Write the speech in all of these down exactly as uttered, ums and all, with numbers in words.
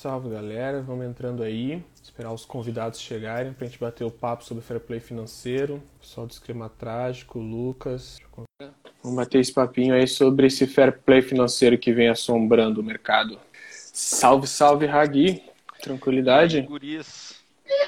salve, galera. Vamos entrando aí. Esperar os convidados chegarem pra gente bater o papo sobre fair play financeiro. Pessoal do Esquema Trágico, Lucas. Vamos bater esse papinho aí sobre esse fair play financeiro que vem assombrando o mercado. Salve, salve, Ragui. Tranquilidade? E aí, guris.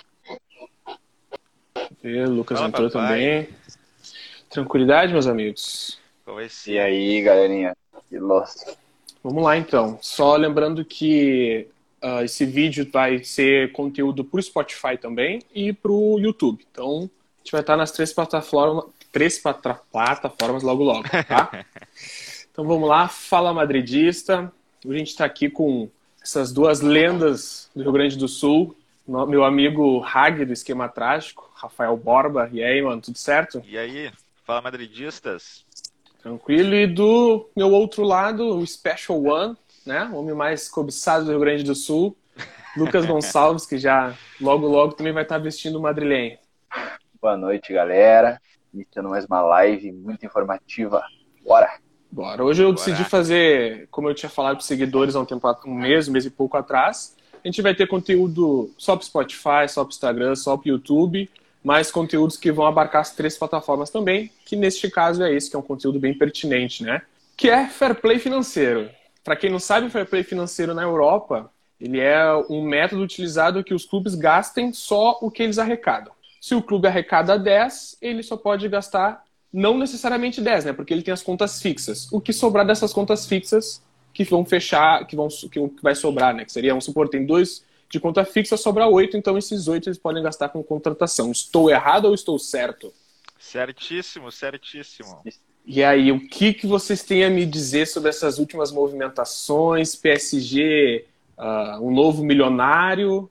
E Lucas Fala, entrou papai. também. Tranquilidade, meus amigos? Qual vai E ser? aí, galerinha? Que lost. Vamos lá, então. Só lembrando que uh, esse vídeo vai ser conteúdo para o Spotify também e para o YouTube. Então, a gente vai estar nas três plataformas, três patra- plataformas logo logo, tá? Então, vamos lá. Fala, madridista. Hoje a gente está aqui com essas duas lendas do Rio Grande do Sul. No- Meu amigo Hag, do Esquema Trágico, Rafael Borba. E aí, mano, tudo certo? E aí, fala, madridistas. Tranquilo. E do meu outro lado, o Special One, né? O homem mais cobiçado do Rio Grande do Sul, Lucas Gonçalves, que já logo, logo também vai estar vestindo o madrilenho. Boa noite, galera. Iniciando mais uma live muito informativa. Bora! Bora. Hoje eu Bora. decidi fazer, como eu tinha falado para os seguidores há um tempo, um mês, um mês e pouco atrás, a gente vai ter conteúdo só para o Spotify, só para o Instagram, só para o YouTube, mais conteúdos que vão abarcar as três plataformas também, que neste caso é esse, que é um conteúdo bem pertinente, né? Que é Fair Play financeiro. Para quem não sabe, o Fair Play financeiro na Europa, ele é um método utilizado que os clubes gastem só o que eles arrecadam. Se o clube arrecada dez, ele só pode gastar não necessariamente dez, né? Porque ele tem as contas fixas. O que sobrar dessas contas fixas que vão fechar, que, vão, que vai sobrar, né? Que seria, vamos supor, tem dois de conta fixa, sobra oito, então esses oito eles podem gastar com contratação. Estou errado ou estou certo? Certíssimo, certíssimo. E aí, o que, que vocês têm a me dizer sobre essas últimas movimentações? P S G, uh, um novo milionário,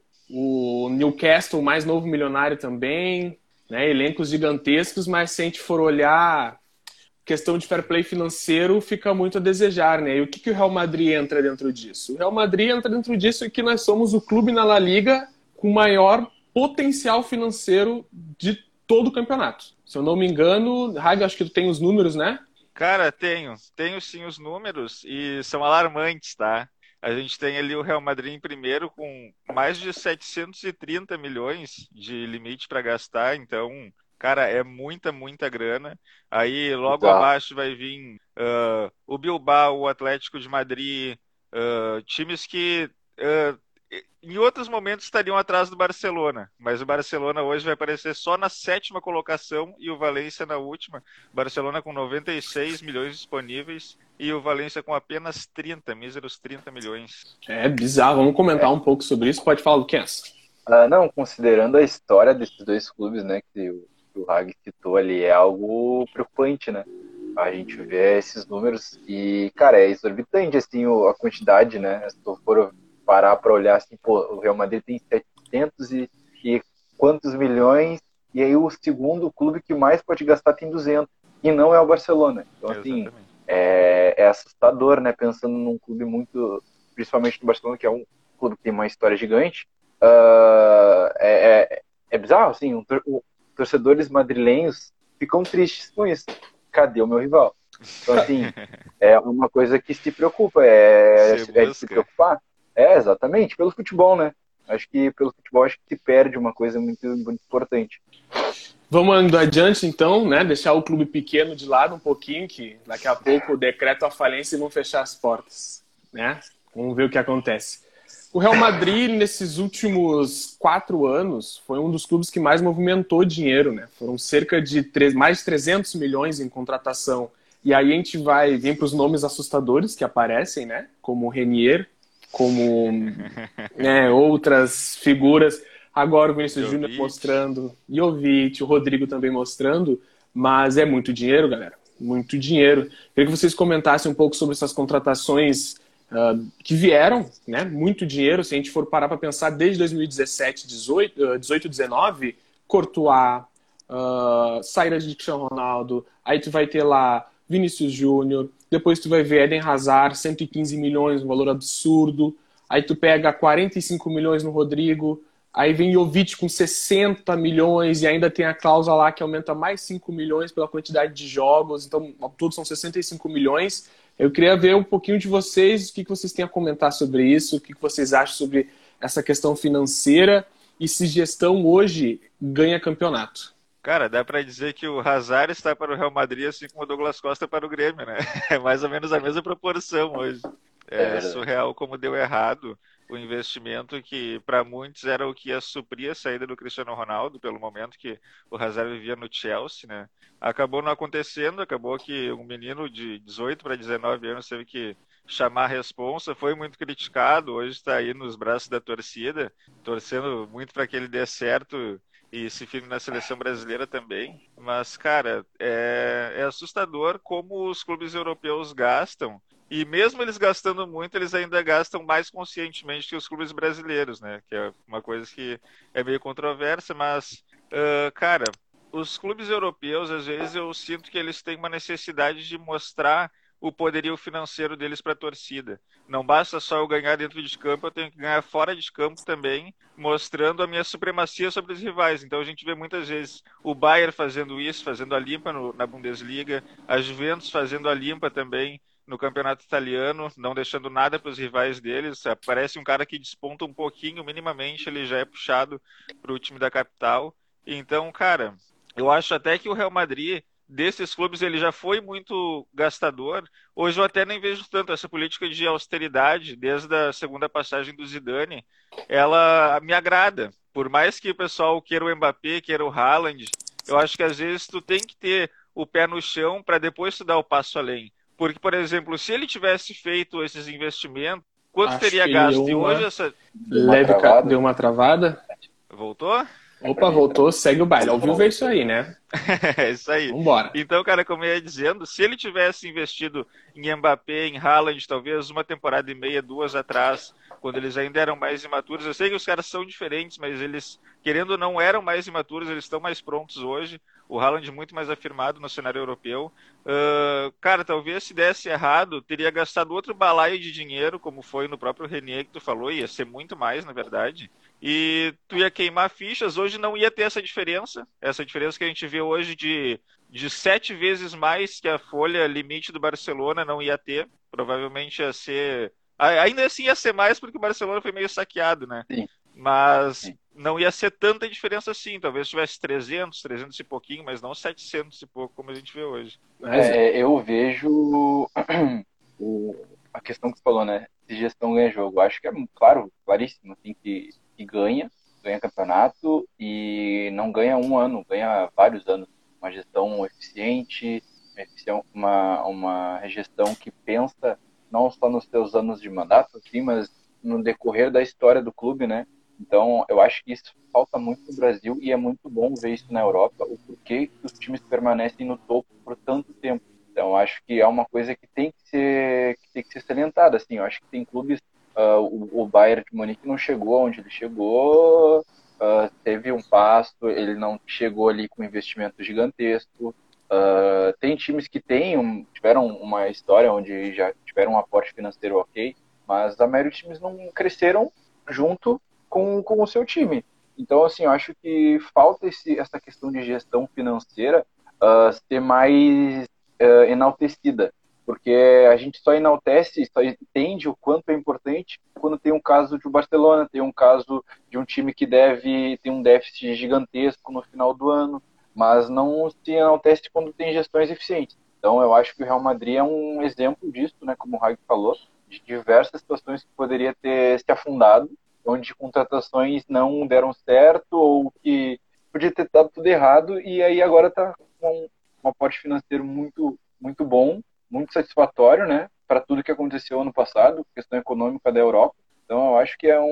o Newcastle, mais novo milionário também, né? Elencos gigantescos, mas se a gente for olhar questão de fair play financeiro, fica muito a desejar, né? E o que, que o Real Madrid entra dentro disso? O Real Madrid entra dentro disso e que nós somos o clube na La Liga com maior potencial financeiro de todo o campeonato. Se eu não me engano, Hag, acho que tu tem os números, né? Cara, tenho. Tenho sim os números e são alarmantes, tá? A gente tem ali o Real Madrid em primeiro com mais de setecentos e trinta milhões de limite para gastar, então, cara, é muita, muita grana. Aí logo Exato. abaixo vai vir ah, o Bilbao, o Atlético de Madrid, ah, times que ah, em outros momentos estariam atrás do Barcelona, mas o Barcelona hoje vai aparecer só na sétima colocação e o Valência na última. Barcelona com noventa e seis milhões disponíveis e o Valência com apenas trinta, míseros trinta milhões. É bizarro. Vamos comentar um pouco sobre isso. Pode falar, Luquinhas. Ah, não, considerando a história desses dois clubes, né, que o, que o Hag citou ali, é algo preocupante, né? A gente vê esses números e, cara, é exorbitante, assim, o- a quantidade, né? Se tu for parar pra olhar, assim, pô, o Real Madrid tem setecentos e, e quantos milhões, e aí o segundo clube que mais pode gastar tem duzentos, e não é o Barcelona. Então, assim, Exatamente. é, é assustador, né? Pensando num clube muito, principalmente no Barcelona, que é um clube que tem uma história gigante. Ah, é, é, é bizarro, assim, um tor- o- torcedores madrilenhos ficam tristes com isso. Cadê o meu rival? Então, assim, é uma coisa que se preocupa, é, Se é de se busca. preocupar. É, exatamente, pelo futebol, né? Acho que pelo futebol acho que se perde uma coisa muito, muito importante. Vamos indo adiante, então, né? Deixar o clube pequeno de lado um pouquinho, que daqui a pouco o decreto a falência e vão fechar as portas, né? Vamos ver o que acontece. O Real Madrid, nesses últimos quatro anos, foi um dos clubes que mais movimentou dinheiro, né? Foram cerca de três- mais de trezentos milhões em contratação. E aí a gente vai vir para os nomes assustadores que aparecem, né? Como o Renier, como né, outras figuras. Agora o Vinícius Júnior Jovic. mostrando, Jovic, o Rodrigo também mostrando, mas é muito dinheiro, galera. Muito dinheiro. Queria que vocês comentassem um pouco sobre essas contratações ah, que vieram, né? Muito dinheiro. Se a gente for parar para pensar desde dois mil e dezessete, dezoito, ah, dezoito, dezenove, Courtois, uh, saída de Cristiano Ronaldo, aí tu vai ter lá Vinícius Júnior, depois tu vai ver Eden Hazard, cento e quinze milhões, um valor absurdo. Aí tu pega quarenta e cinco milhões no Rodrigo, aí vem Jovic com sessenta milhões e ainda tem a cláusula lá que aumenta mais cinco milhões pela quantidade de jogos, então todos são sessenta e cinco milhões. Eu queria ver um pouquinho de vocês, o que vocês têm a comentar sobre isso, o que vocês acham sobre essa questão financeira e se gestão hoje ganha campeonato. Cara, dá para dizer que o Hazard está para o Real Madrid, assim como o Douglas Costa para o Grêmio, né? É mais ou menos a mesma proporção hoje. É, é surreal como deu errado o investimento que para muitos era o que ia suprir a saída do Cristiano Ronaldo, pelo momento que o Hazard vivia no Chelsea, né? Acabou não acontecendo, acabou que um menino de dezoito para dezenove anos teve que chamar a responsa, foi muito criticado, hoje está aí nos braços da torcida, torcendo muito para que ele dê certo e se firme na seleção brasileira também. Mas, cara, é, é assustador como os clubes europeus gastam. E mesmo eles gastando muito, eles ainda gastam mais conscientemente que os clubes brasileiros, né? Que é uma coisa que é meio controversa, mas, uh, cara, os clubes europeus, às vezes, eu sinto que eles têm uma necessidade de mostrar o poderio financeiro deles para a torcida. Não basta só eu ganhar dentro de campo, eu tenho que ganhar fora de campo também, mostrando a minha supremacia sobre os rivais. Então a gente vê muitas vezes o Bayern fazendo isso, fazendo a limpa no, na Bundesliga, a Juventus fazendo a limpa também no campeonato italiano, não deixando nada para os rivais deles. Parece um cara que desponta um pouquinho, minimamente, ele já é puxado para o time da capital. Então, cara, eu acho até que o Real Madrid, desses clubes, ele já foi muito gastador. Hoje eu até nem vejo tanto essa política de austeridade, desde a segunda passagem do Zidane, ela me agrada. Por mais que o pessoal queira o Mbappé, queira o Haaland, eu acho que às vezes tu tem que ter o pé no chão para depois tu dar o passo além. Porque, por exemplo, se ele tivesse feito esses investimentos, quanto Acho teria que gasto? deu E uma hoje essa... leve ca- deu uma travada. Voltou? Opa, voltou, segue o baile. Ao vivo é isso aí, né? É isso aí. Vambora. Então, cara, como eu ia dizendo, se ele tivesse investido em Mbappé, em Haaland, talvez uma temporada e meia, duas atrás, quando eles ainda eram mais imaturos, eu sei que os caras são diferentes, mas eles, querendo ou não, eram mais imaturos, eles estão mais prontos hoje. O Haaland muito mais afirmado no cenário europeu. Uh, cara, talvez se desse errado, teria gastado outro balaio de dinheiro, como foi no próprio Renier que tu falou, ia ser muito mais, na verdade. E tu ia queimar fichas, hoje não ia ter essa diferença, essa diferença que a gente vê hoje de, de sete vezes mais que a folha limite do Barcelona não ia ter, provavelmente ia ser, ainda assim ia ser mais porque o Barcelona foi meio saqueado, né? Sim. Mas Sim. não ia ser tanta diferença assim, talvez tivesse trezentos, trezentos e pouquinho, mas não setecentos e pouco como a gente vê hoje. É, eu vejo o, a questão que você falou, né? Se gestão ganha jogo, acho que é claro, claríssimo, assim, que que ganha, ganha campeonato e não ganha um ano, ganha vários anos. Uma gestão eficiente, uma, uma gestão que pensa não só nos seus anos de mandato, assim, mas no decorrer da história do clube, né? Então, eu acho que isso falta muito no Brasil e é muito bom ver isso na Europa, o porquê que os times permanecem no topo por tanto tempo. Então, eu acho que é uma coisa que tem que ser, que tem que ser salientada, assim. Eu acho que tem clubes Uh, o, o Bayern de Munique não chegou onde ele chegou, uh, teve um passo, ele não chegou ali com investimento gigantesco. Uh, tem times que tem um, tiveram uma história onde já tiveram um aporte financeiro ok, mas a maioria dos times não cresceram junto com, com o seu time. Então, assim, eu acho que falta esse, essa questão de gestão financeira uh, ser mais uh, enaltecida. Porque a gente só enaltece, só entende o quanto é importante quando tem um caso de um Barcelona, tem um caso de um time que deve tem um déficit gigantesco no final do ano, mas não se enaltece quando tem gestões eficientes. Então eu acho que o Real Madrid é um exemplo disso, né, como o Raig falou, de diversas situações que poderia ter se afundado, onde contratações não deram certo ou que podia ter dado tudo errado e aí agora está com um aporte financeiro muito, muito bom, muito satisfatório, né, para tudo que aconteceu ano passado, questão econômica da Europa. Então eu acho que é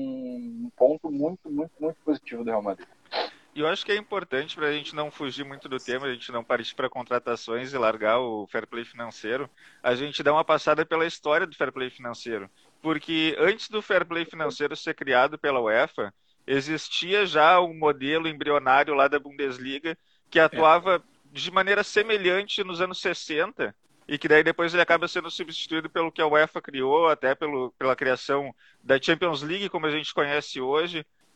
um ponto muito, muito, muito positivo do Real Madrid. E eu acho que é importante, para a gente não fugir muito do tema, a gente não partir para contratações e largar o fair play financeiro, a gente dá uma passada pela história do fair play financeiro. Porque antes do fair play financeiro ser criado pela UEFA, existia já um modelo embrionário lá da Bundesliga que atuava de maneira semelhante nos anos sessenta, e que daí depois ele acaba sendo substituído pelo que a UEFA criou, até pelo, pela criação da Champions League, como a gente conhece hoje.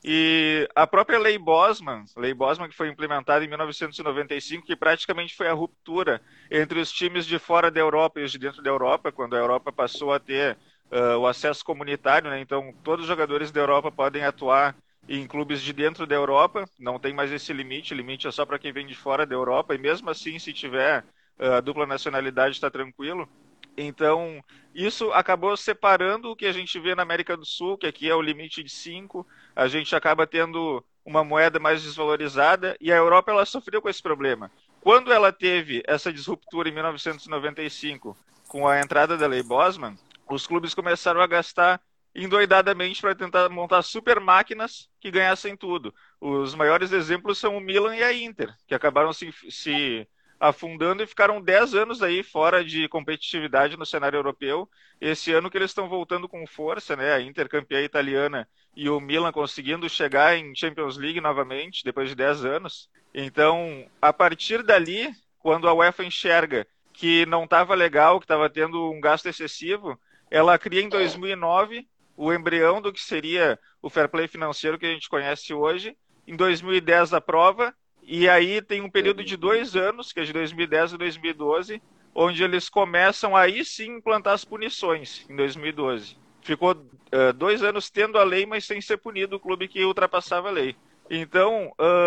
E a própria Lei Bosman, Lei Bosman que foi implementada em mil novecentos e noventa e cinco, que praticamente foi a ruptura entre os times de fora da Europa e os de dentro da Europa, quando a Europa passou a ter uh, o acesso comunitário, né? Então todos os jogadores da Europa podem atuar em clubes de dentro da Europa, não tem mais esse limite, o limite é só para quem vem de fora da Europa, e mesmo assim, se tiver uh, dupla nacionalidade, está tranquilo. Então, isso acabou separando o que a gente vê na América do Sul, que aqui é o limite de cinco, a gente acaba tendo uma moeda mais desvalorizada, e a Europa ela sofreu com esse problema. Quando ela teve essa disruptura em mil novecentos e noventa e cinco, com a entrada da Lei Bosman, os clubes começaram a gastar endoidadamente para tentar montar super máquinas que ganhassem tudo. Os maiores exemplos são o Milan e a Inter, que acabaram se, se afundando e ficaram dez anos aí fora de competitividade no cenário europeu. Esse ano que eles estão voltando com força, né? A Inter campeã italiana e o Milan conseguindo chegar em Champions League novamente, depois de dez anos. Então, a partir dali, quando a UEFA enxerga que não estava legal, que estava tendo um gasto excessivo, ela cria em dois mil e nove o embrião do que seria o fair play financeiro que a gente conhece hoje. Em dois mil e dez aprova, e aí tem um período de dois anos, que é de dois mil e dez a dois mil e doze, onde eles começam aí sim implantar as punições, em dois mil e doze. Ficou uh, dois anos tendo a lei, mas sem ser punido o clube que ultrapassava a lei. Então,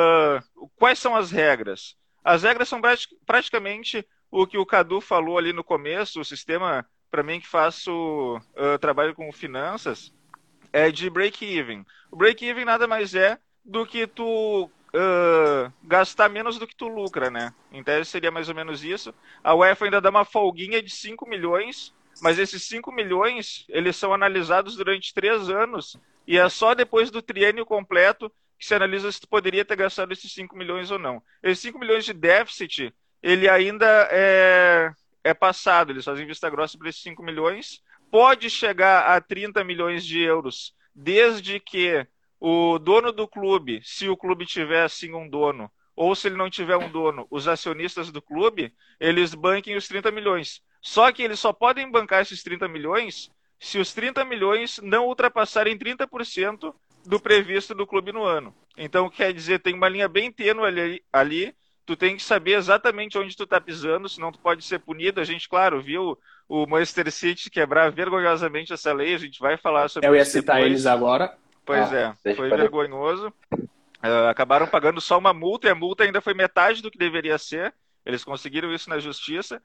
uh, quais são as regras? As regras são praticamente o que o Cadu falou ali no começo, o sistema, para mim que faço uh, trabalho com finanças, é de break-even. O break-even nada mais é do que tu uh, gastar menos do que tu lucra, né? Em tese seria mais ou menos isso. A UEFA ainda dá uma folguinha de cinco milhões, mas esses cinco milhões, eles são analisados durante três anos, e é só depois do triênio completo que se analisa se tu poderia ter gastado esses cinco milhões ou não. Esses cinco milhões de déficit, ele ainda é, é passado, eles fazem vista grossa para esses cinco milhões, pode chegar a trinta milhões de euros, desde que o dono do clube, se o clube tiver assim um dono, ou se ele não tiver um dono, os acionistas do clube, eles banquem os trinta milhões. Só que eles só podem bancar esses trinta milhões se os trinta milhões não ultrapassarem trinta por cento do previsto do clube no ano. Então, quer dizer, tem uma linha bem tênue ali, ali, tu tem que saber exatamente onde tu está pisando, senão tu pode ser punido. A gente, claro, viu o Manchester City quebrar vergonhosamente essa lei, a gente vai falar sobre isso. Eu ia citar depois. Eles agora. Pois ah, é, foi vergonhoso. Uh, acabaram pagando só uma multa, e a multa ainda foi metade do que deveria ser. Eles conseguiram isso na justiça.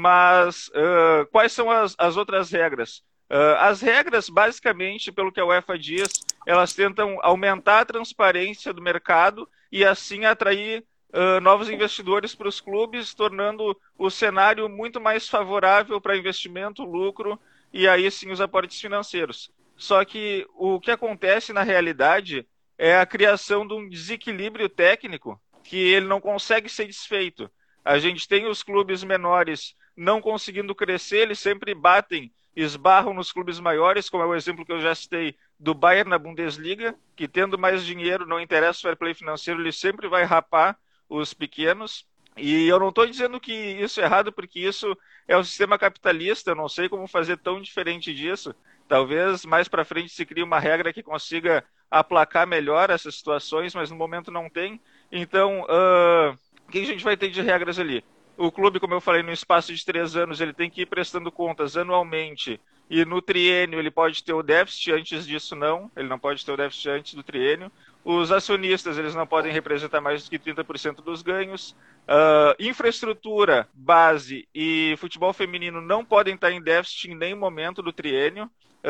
Mas uh, quais são as, as outras regras? Uh, as regras, basicamente, pelo que a UEFA diz, elas tentam aumentar a transparência do mercado e assim atrair uh, novos investidores para os clubes, tornando o cenário muito mais favorável para investimento, lucro e aí sim os aportes financeiros. Só que o que acontece na realidade é a criação de um desequilíbrio técnico que ele não consegue ser desfeito. A gente tem os clubes menores não conseguindo crescer, eles sempre batem, esbarram nos clubes maiores, como é o exemplo que eu já citei do Bayern na Bundesliga, que tendo mais dinheiro, não interessa o fair play financeiro, ele sempre vai rapar os pequenos. E eu não estou dizendo que isso é errado, porque isso é o sistema capitalista, eu não sei como fazer tão diferente disso. Talvez mais para frente se crie uma regra que consiga aplacar melhor essas situações, mas no momento não tem. Então, uh, o que a gente vai ter de regras ali? O clube, como eu falei, no espaço de três anos, ele tem que ir prestando contas anualmente, e no triênio ele pode ter o déficit, antes disso não, ele não pode ter o déficit antes do triênio. Os acionistas, eles não podem representar mais do que trinta por cento dos ganhos. Uh, infraestrutura, base e futebol feminino não podem estar em déficit em nenhum momento do triênio.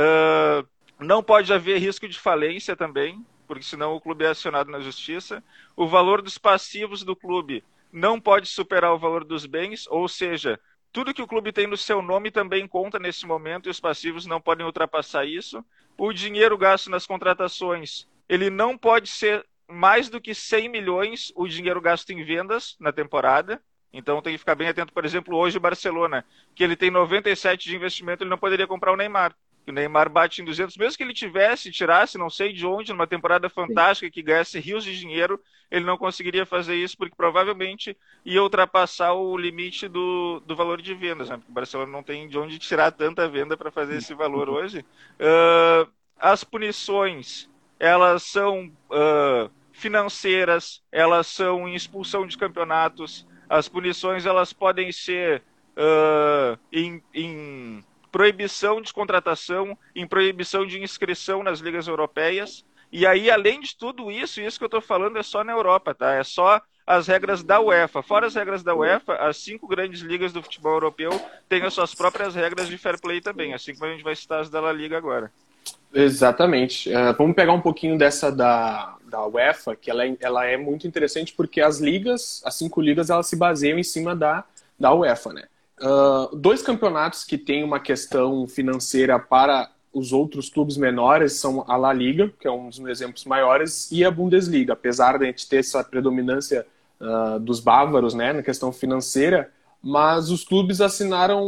Uh, não pode haver risco de falência também, porque senão o clube é acionado na justiça. O valor dos passivos do clube não pode superar o valor dos bens, ou seja, tudo que o clube tem no seu nome também conta nesse momento e os passivos não podem ultrapassar isso. O dinheiro gasto nas contratações, ele não pode ser mais do que cem milhões o dinheiro gasto em vendas na temporada. Então tem que ficar bem atento, por exemplo, hoje o Barcelona, que ele tem noventa e sete de investimento, ele não poderia comprar o Neymar. O Neymar bate em duzentos, mesmo que ele tivesse, tirasse, não sei de onde, numa temporada fantástica, que ganhasse rios de dinheiro, ele não conseguiria fazer isso, porque provavelmente ia ultrapassar o limite do, do valor de vendas, né? Porque o Barcelona não tem de onde tirar tanta venda para fazer esse valor hoje. Uh, as punições, elas são uh, financeiras, elas são em expulsão de campeonatos, as punições elas podem ser uh, em, em proibição de contratação, em proibição de inscrição nas ligas europeias. E aí, além de tudo isso, isso que eu estou falando é só na Europa, tá? É só as regras da UEFA. Fora as regras da UEFA, as cinco grandes ligas do futebol europeu têm as suas próprias regras de fair play também, assim como a gente vai citar as da La Liga agora. Exatamente. Uh, vamos pegar um pouquinho dessa da, da UEFA, que ela é, ela é muito interessante porque as ligas, as cinco ligas, elas se baseiam em cima da, da UEFA, né? Uh, dois campeonatos que têm uma questão financeira para os outros clubes menores são a La Liga, que é um dos exemplos maiores, e a Bundesliga. Apesar de a gente ter essa predominância uh, dos bávaros, né, na questão financeira, mas os clubes assinaram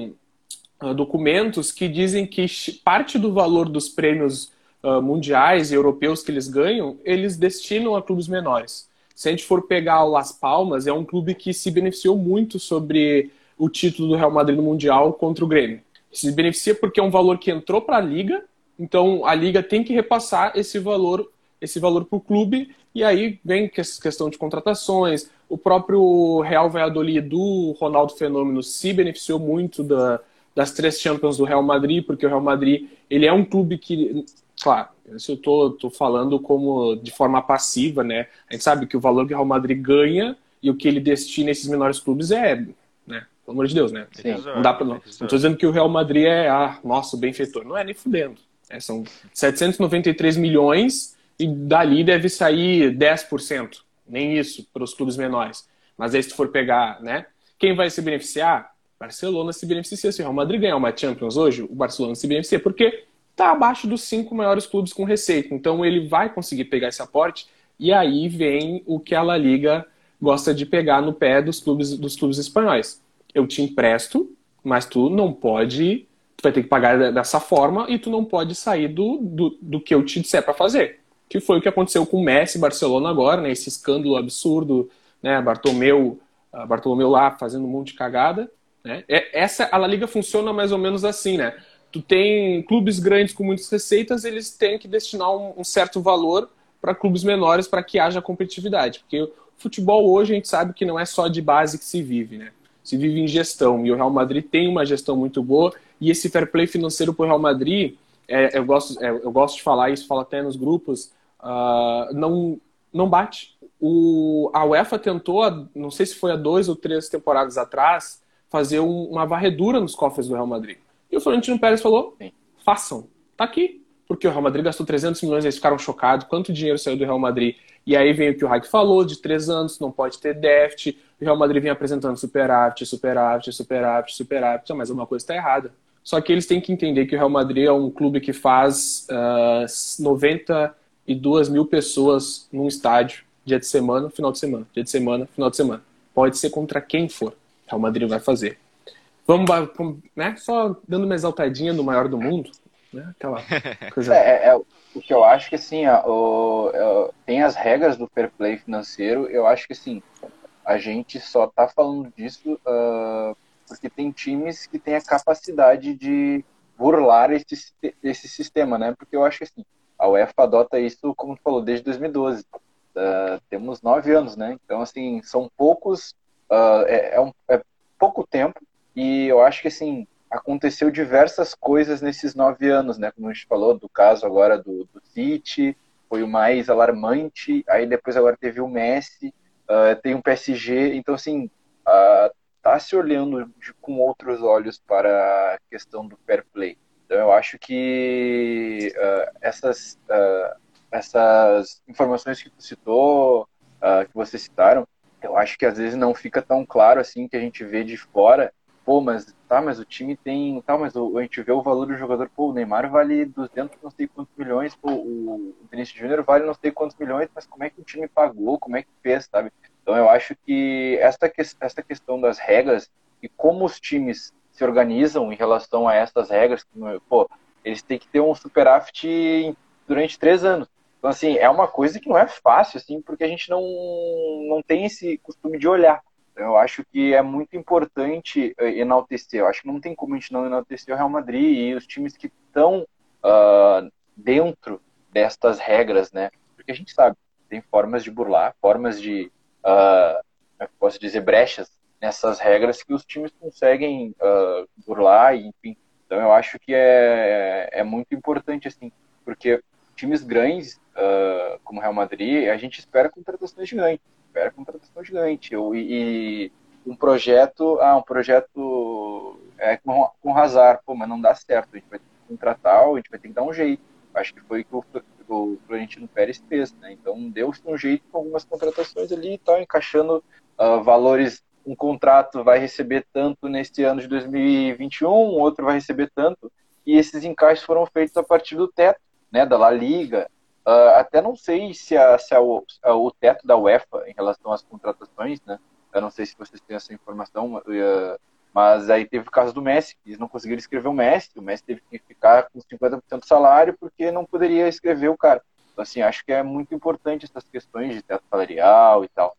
uh, documentos que dizem que parte do valor dos prêmios uh, mundiais e europeus que eles ganham, eles destinam a clubes menores. Se a gente for pegar o Las Palmas, é um clube que se beneficiou muito sobre o título do Real Madrid no Mundial contra o Grêmio. Se beneficia porque é um valor que entrou para a Liga, então a Liga tem que repassar esse valor esse valor para o clube, e aí vem questão de contratações. O próprio Real Valladolid do Ronaldo Fenômeno se beneficiou muito da, das três Champions do Real Madrid, porque o Real Madrid ele é um clube que, claro, isso eu tô, tô falando como de forma passiva, né? A gente sabe que o valor que o Real Madrid ganha e o que ele destina a esses menores clubes é, né? Pelo amor de Deus, né? Sim. Não dá pra, não. Não tô dizendo que o Real Madrid é, ah, nossa, o benfeitor. Não é nem fudendo. É, são setecentos e noventa e três milhões e dali deve sair dez por cento. Nem isso para os clubes menores. Mas aí se tu for pegar, né? Quem vai se beneficiar? Barcelona se beneficia. Se o Real Madrid ganhar uma Champions hoje, o Barcelona se beneficia. Porque tá abaixo dos cinco maiores clubes com receita. Então ele vai conseguir pegar esse aporte. E aí vem o que a La Liga gosta de pegar no pé dos clubes, dos clubes espanhóis. Eu te empresto, mas tu não pode, tu vai ter que pagar dessa forma e tu não pode sair do, do, do que eu te disser para fazer. Que foi o que aconteceu com o Messi e Barcelona agora, né? Esse escândalo absurdo, né? Bartomeu, Bartomeu lá fazendo um monte de cagada, né? Essa, a La Liga funciona mais ou menos assim, né? Tu tem clubes grandes com muitas receitas, eles têm que destinar um, um certo valor para clubes menores para que haja competitividade. Porque o futebol hoje a gente sabe que não é só de base que se vive, né? Se vive em gestão, e o Real Madrid tem uma gestão muito boa, e esse fair play financeiro para o Real Madrid, é, eu, gosto, é, eu gosto de falar isso, falo até nos grupos, uh, não, não bate. O, a UEFA tentou, não sei se foi há dois ou três temporadas atrás, fazer um, uma varredura nos cofres do Real Madrid. E o Florentino Pérez falou, façam, tá aqui. Porque o Real Madrid gastou trezentos milhões, eles ficaram chocados, quanto dinheiro saiu do Real Madrid. E aí vem o que o Raik falou, de três anos, não pode ter déficit. O Real Madrid vem apresentando superávit, superávit, superávit, superávit. Mas uma coisa está errada. Só que eles têm que entender que o Real Madrid é um clube que faz uh, noventa e duas mil pessoas num estádio, dia de semana, final de semana, dia de semana, final de semana. Pode ser contra quem for. O Real Madrid vai fazer. Vamos, né? Só dando uma exaltadinha no maior do mundo. Né? Aquela coisa... é, é, o que eu acho que assim, ó, o, o, tem as regras do fair play financeiro. Eu acho que assim, a gente só tá falando disso uh, porque tem times que têm a capacidade de burlar esse, esse sistema, né? Porque eu acho que assim, a UEFA adota isso, como tu falou, desde dois mil e doze. Uh, temos nove anos, né? Então assim, são poucos, uh, é, é, um, é pouco tempo, e eu acho que assim, aconteceu diversas coisas nesses nove anos, né? Como a gente falou, do caso agora do, do City, foi o mais alarmante, aí depois agora teve o Messi, uh, tem um P S G, então assim, uh, tá se olhando de, com outros olhos para a questão do fair play. Então eu acho que uh, essas, uh, essas informações que tu citou, uh, que vocês citaram, eu acho que às vezes não fica tão claro assim, que a gente vê de fora. Pô, mas tá, mas o time tem, tá, mas o, a gente vê o valor do jogador, pô, o Neymar vale duzentos não sei quantos milhões, pô, o Vinícius Júnior vale não sei quantos milhões, mas como é que o time pagou, como é que fez, sabe? Então eu acho que essa, essa questão das regras e como os times se organizam em relação a essas regras, pô, eles têm que ter um superávit durante três anos. Então, assim, é uma coisa que não é fácil, assim, porque a gente não, não tem esse costume de olhar. Eu acho que é muito importante enaltecer. Eu acho que não tem como a gente não enaltecer o Real Madrid e os times que estão uh, dentro destas regras, né? Porque a gente sabe, tem formas de burlar, formas de, uh, como é que eu posso dizer, brechas nessas regras que os times conseguem uh, burlar, e, enfim. Então eu acho que é, é muito importante, assim, porque times grandes, uh, como o Real Madrid, a gente espera contratações gigantes, espera contratação gigante, eu, e, e um projeto, ah, um projeto é com, com Hazard, pô, mas não dá certo, a gente vai ter que contratar, a gente vai ter que dar um jeito. Acho que foi o que o, o Florentino Pérez fez, né? Então deu-se um jeito com algumas contratações ali e tal, encaixando uh, valores. Um contrato vai receber tanto neste ano de dois mil e vinte e um, outro vai receber tanto, e esses encaixes foram feitos a partir do teto, né, da La Liga. Uh, até não sei se, a, se a, a, o teto da UEFA em relação às contratações, né? Eu não sei se vocês têm essa informação, uh, mas aí teve o caso do Messi, eles não conseguiram escrever o Messi, o Messi teve que ficar com cinquenta por cento do salário porque não poderia escrever o cara. Então, assim, acho que é muito importante essas questões de teto salarial e tal.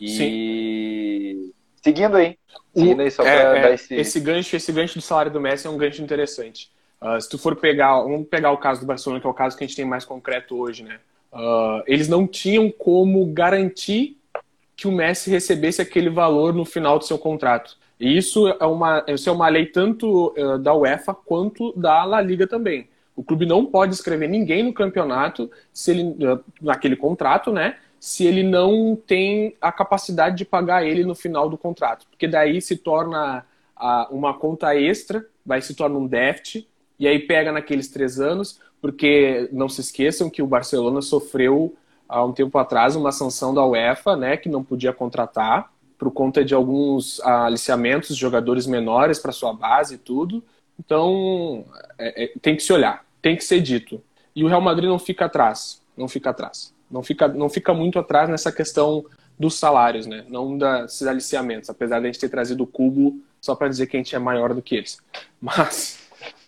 E... Sim. Seguindo aí. Seguindo aí só é, para é, dar esse... esse gancho, esse gancho do salário do Messi é um gancho interessante. Uh, se tu for pegar, vamos pegar o caso do Barcelona, que é o caso que a gente tem mais concreto hoje, né? Uh, eles não tinham como garantir que o Messi recebesse aquele valor no final do seu contrato. E isso é uma, isso é uma lei tanto uh, da UEFA quanto da La Liga também. O clube não pode inscrever ninguém no campeonato se ele, uh, naquele contrato, né? Se ele não tem a capacidade de pagar ele no final do contrato. Porque daí se torna uh, uma conta extra, vai se torna um déficit, e aí pega naqueles três anos, porque não se esqueçam que o Barcelona sofreu há um tempo atrás uma sanção da UEFA, né, que não podia contratar, por conta de alguns aliciamentos de jogadores menores para sua base e tudo. Então, é, é, tem que se olhar, tem que ser dito. E o Real Madrid não fica atrás, não fica atrás. Não fica, não fica muito atrás nessa questão dos salários, né? Não desses aliciamentos, apesar de a gente ter trazido o Cubo só para dizer que a gente é maior do que eles. Mas,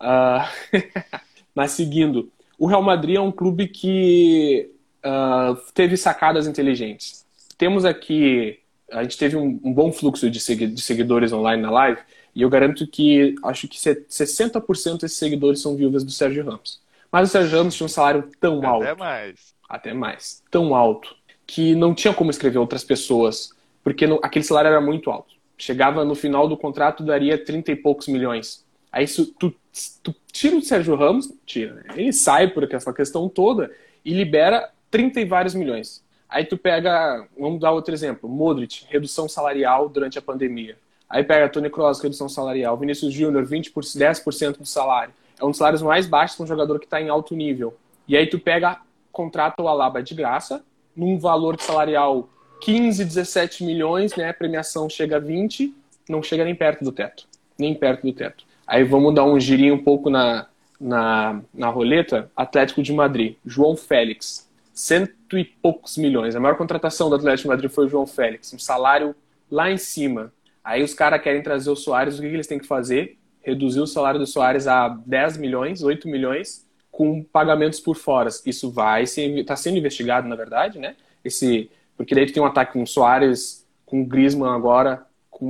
uh... mas seguindo, o Real Madrid é um clube que uh, teve sacadas inteligentes. Temos aqui, a gente teve um, um bom fluxo de, segui- de seguidores online na live, e eu garanto que, acho que sessenta por cento desses seguidores são viúvas do Sérgio Ramos. Mas o Sérgio Ramos tinha um salário tão alto. Até mais. Até mais. Tão alto. Que não tinha como escrever outras pessoas. Porque não, aquele salário era muito alto. Chegava no final do contrato, daria trinta e poucos milhões. Aí isso, tu, tu tira o Sérgio Ramos, tira, né? Ele sai por essa questão toda e libera trinta e vários milhões. Aí tu pega, vamos dar outro exemplo, Modric, redução salarial durante a pandemia. Aí pega Toni Kroos, redução salarial. Vinícius Júnior, vinte por cento, dez por cento do salário. É um dos salários mais baixos para um jogador que está em alto nível. E aí tu pega, contrata o Alaba de graça, num valor de salarial quinze, dezessete milhões, né? A premiação chega a vinte, não chega nem perto do teto. Nem perto do teto. Aí vamos dar um girinho um pouco na, na, na roleta. Atlético de Madrid, João Félix, cento e poucos milhões. A maior contratação do Atlético de Madrid foi o João Félix. Um salário lá em cima. Aí os caras querem trazer o Suárez, o que, que eles têm que fazer? Reduzir o salário do Suárez a dez milhões, oito milhões, com pagamentos por fora. Isso vai ser, está sendo investigado, na verdade, né? Esse, porque daí tu tem um ataque com o Suárez, com o Griezmann agora,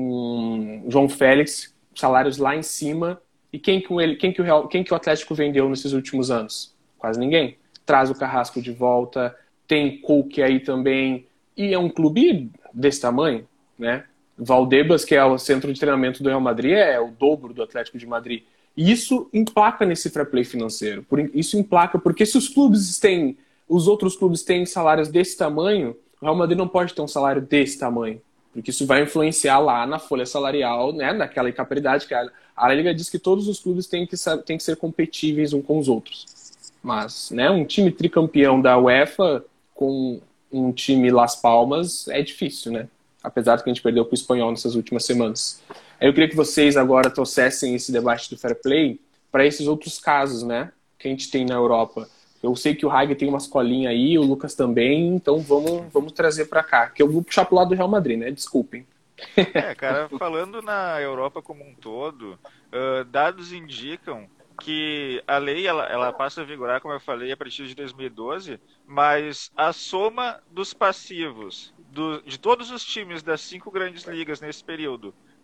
com o João Félix, salários lá em cima. E quem que, ele, quem, que o Real, quem que o Atlético vendeu nesses últimos anos? Quase ninguém. Traz o Carrasco de volta, tem Koke aí também, e é um clube desse tamanho, né? Valdebas, que é o centro de treinamento do Real Madrid, é o dobro do Atlético de Madrid. E isso emplaca nesse fair play financeiro. Isso emplaca porque se os clubes têm, os outros clubes têm salários desse tamanho, o Real Madrid não pode ter um salário desse tamanho. Porque isso vai influenciar lá na folha salarial, né, naquela incapacidade que a, a Liga diz que todos os clubes têm que, têm que ser competíveis uns com os outros. Mas, né, um time tricampeão da UEFA com um time Las Palmas é difícil, né? Apesar de que a gente perdeu para o Espanhol nessas últimas semanas. Eu queria que vocês agora trouxessem esse debate do fair play para esses outros casos, né, que a gente tem na Europa. Eu sei que o Haig tem uma escolinha aí, o Lucas também, então vamos, vamos trazer para cá. Que eu vou puxar pro lado do Real Madrid, né? Desculpem. É, cara, falando na Europa como um todo, uh, dados indicam que a lei ela, ela passa a vigorar, como eu falei, a partir de dois mil e doze, mas a soma dos passivos do, de todos os times das cinco grandes ligas nesse período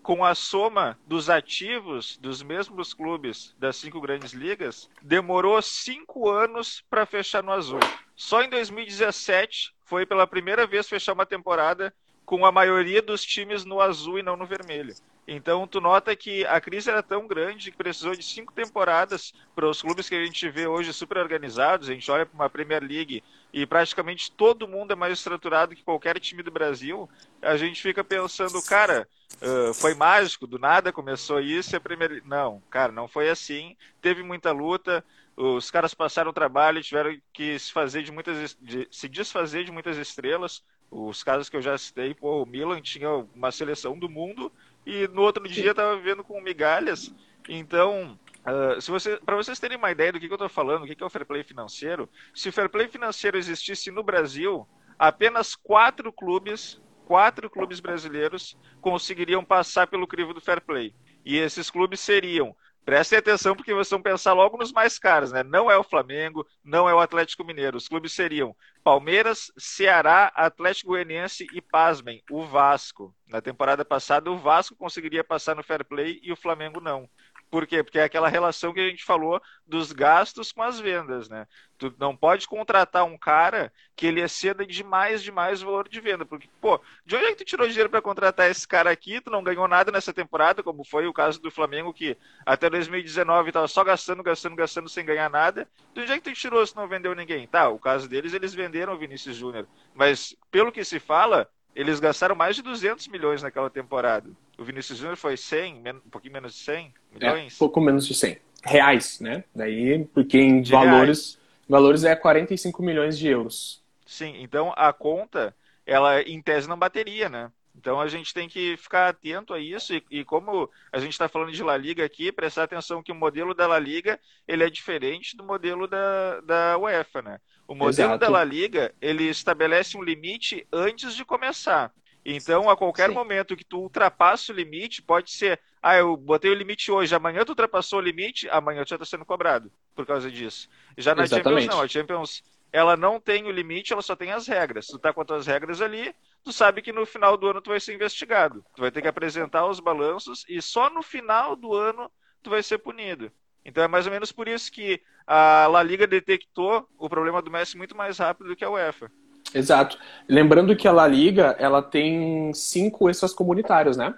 com a soma dos ativos dos mesmos clubes das cinco grandes ligas, demorou cinco anos para fechar no azul. Só em dois mil e dezessete foi pela primeira vez fechar uma temporada com a maioria dos times no azul e não no vermelho. Então, tu nota que a crise era tão grande que precisou de cinco temporadas para os clubes que a gente vê hoje super organizados. A gente olha para uma Premier League e praticamente todo mundo é mais estruturado que qualquer time do Brasil. A gente fica pensando, cara, uh, foi mágico, do nada começou isso e a Premier... Não, cara, não foi assim. Teve muita luta, os caras passaram trabalho, tiveram que se fazer de muitas, de, se desfazer de muitas estrelas. Os casos que eu já citei, pô, o Milan tinha uma seleção do mundo e no outro dia estava vivendo com migalhas. Então, uh, se você, para vocês terem uma ideia do que, que eu estou falando, o que, que é o fair play financeiro, se o fair play financeiro existisse no Brasil, apenas quatro clubes, quatro clubes brasileiros conseguiriam passar pelo crivo do fair play. E esses clubes seriam... Prestem atenção porque vocês vão pensar logo nos mais caros, né? Não é o Flamengo, não é o Atlético Mineiro. Os clubes seriam Palmeiras, Ceará, Atlético Goianiense e, pasmem, o Vasco. Na temporada passada, o Vasco conseguiria passar no fair play e o Flamengo não. Por quê? Porque é aquela relação que a gente falou dos gastos com as vendas, né? Tu não pode contratar um cara que ele exceda demais, demais o valor de venda. Porque, pô, de onde é que tu tirou dinheiro para contratar esse cara aqui? Tu não ganhou nada nessa temporada, como foi o caso do Flamengo, que até dois mil e dezenove estava só gastando, gastando, gastando sem ganhar nada. De onde é que tu tirou se não vendeu ninguém? Tá, o caso deles, eles venderam o Vinícius Júnior. Mas, pelo que se fala, eles gastaram mais de duzentos milhões naquela temporada. O Vinícius Júnior foi cem, um pouquinho menos de cem milhões? É, pouco menos de cem. Reais, né? Daí, porque em de valores, valores é quarenta e cinco milhões de euros. Sim, então a conta, ela em tese não bateria, né? Então a gente tem que ficar atento a isso e, e como a gente está falando de La Liga aqui, prestar atenção que o modelo da La Liga ele é diferente do modelo da, da UEFA, né? O modelo Exato. da La Liga, ele estabelece um limite antes de começar. Então, a qualquer Sim. momento que tu ultrapassa o limite, pode ser, ah, eu botei o limite hoje, amanhã tu ultrapassou o limite, amanhã tu já está sendo cobrado por causa disso. Já na Exatamente. Champions não, a Champions, ela não tem o limite, ela só tem as regras. Tu tá com as tuas regras ali, tu sabe que no final do ano tu vai ser investigado. Tu vai ter que apresentar os balanços e só no final do ano tu vai ser punido. Então é mais ou menos por isso que a La Liga detectou o problema do Messi muito mais rápido do que a UEFA. Exato. Lembrando que a La Liga, ela tem cinco extras comunitários, né?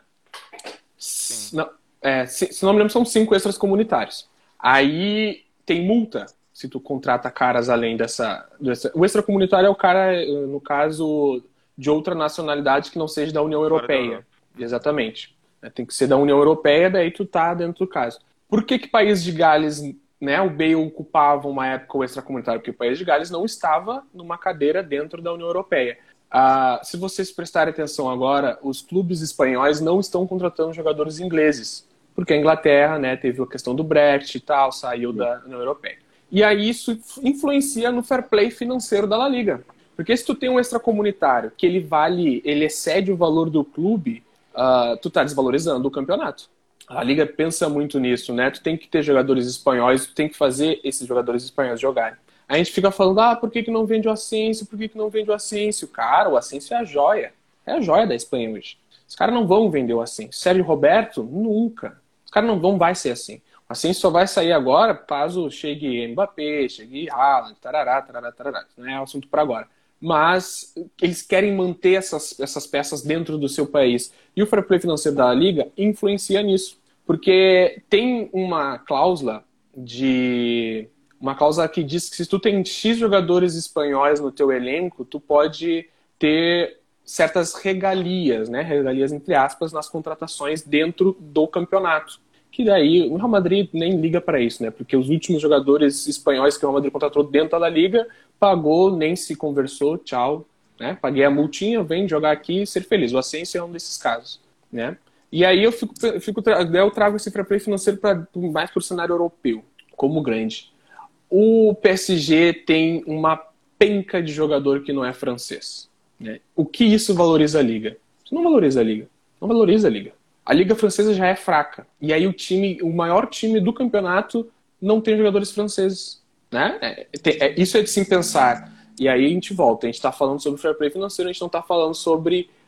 Sim. Não, é, se, se não me lembro, são cinco extras comunitários. Aí tem multa se tu contrata caras além dessa, dessa... O extra comunitário é o cara, no caso, de outra nacionalidade que não seja da União Europeia. Exatamente. Tem que ser da União Europeia, daí tu tá dentro do caso. Por que que País de Gales... Né, o Bale ocupava uma época o extracomunitário, porque o País de Gales não estava numa cadeira dentro da União Europeia. Ah, se vocês prestarem atenção agora, os clubes espanhóis não estão contratando jogadores ingleses, porque a Inglaterra, né, teve a questão do Brexit e tal, saiu da União Europeia. E aí isso influencia no fair play financeiro da La Liga. Porque se tu tem um extracomunitário que ele vale, ele excede o valor do clube, uh, tu tá desvalorizando o campeonato. A Liga pensa muito nisso, né? Tu tem que ter jogadores espanhóis, tu tem que fazer esses jogadores espanhóis jogarem. A gente fica falando, ah, por que que não vende o Asensio? Por que que não vende o Asensio? Cara, o Asensio é a joia. É a joia da Espanha hoje. Os caras não vão vender o Asensio. Sérgio Roberto? Nunca. Os caras não vão, vai ser assim. O Asensio só vai sair agora caso chegue Mbappé, chegue Haaland, tarará, tarará, tarará. Não é assunto para agora. Mas eles querem manter essas, essas peças dentro do seu país. E o fair play financeiro da Liga influencia nisso. Porque tem uma cláusula de... Uma cláusula que diz que se tu tem X jogadores espanhóis no teu elenco, tu pode ter certas regalias, né? Regalias entre aspas, nas contratações dentro do campeonato. Que daí o Real Madrid nem liga para isso, né? Porque os últimos jogadores espanhóis que o Real Madrid contratou dentro da Liga, pagou, nem se conversou, tchau, né? Paguei a multinha, vem jogar aqui e ser feliz. O Asensio é um desses casos, né? E aí eu fico, fico eu trago esse fair play financeiro pra, mais para o cenário europeu, como grande. O P S G tem uma penca de jogador que não é francês, né? O que isso valoriza a Liga? Isso não valoriza a Liga. Não valoriza a Liga. A Liga Francesa já é fraca. E aí o time, o maior time do campeonato não tem jogadores franceses, né? É, é, isso é de se pensar. E aí a gente volta. A gente está falando sobre fair play financeiro, a gente não está falando sobre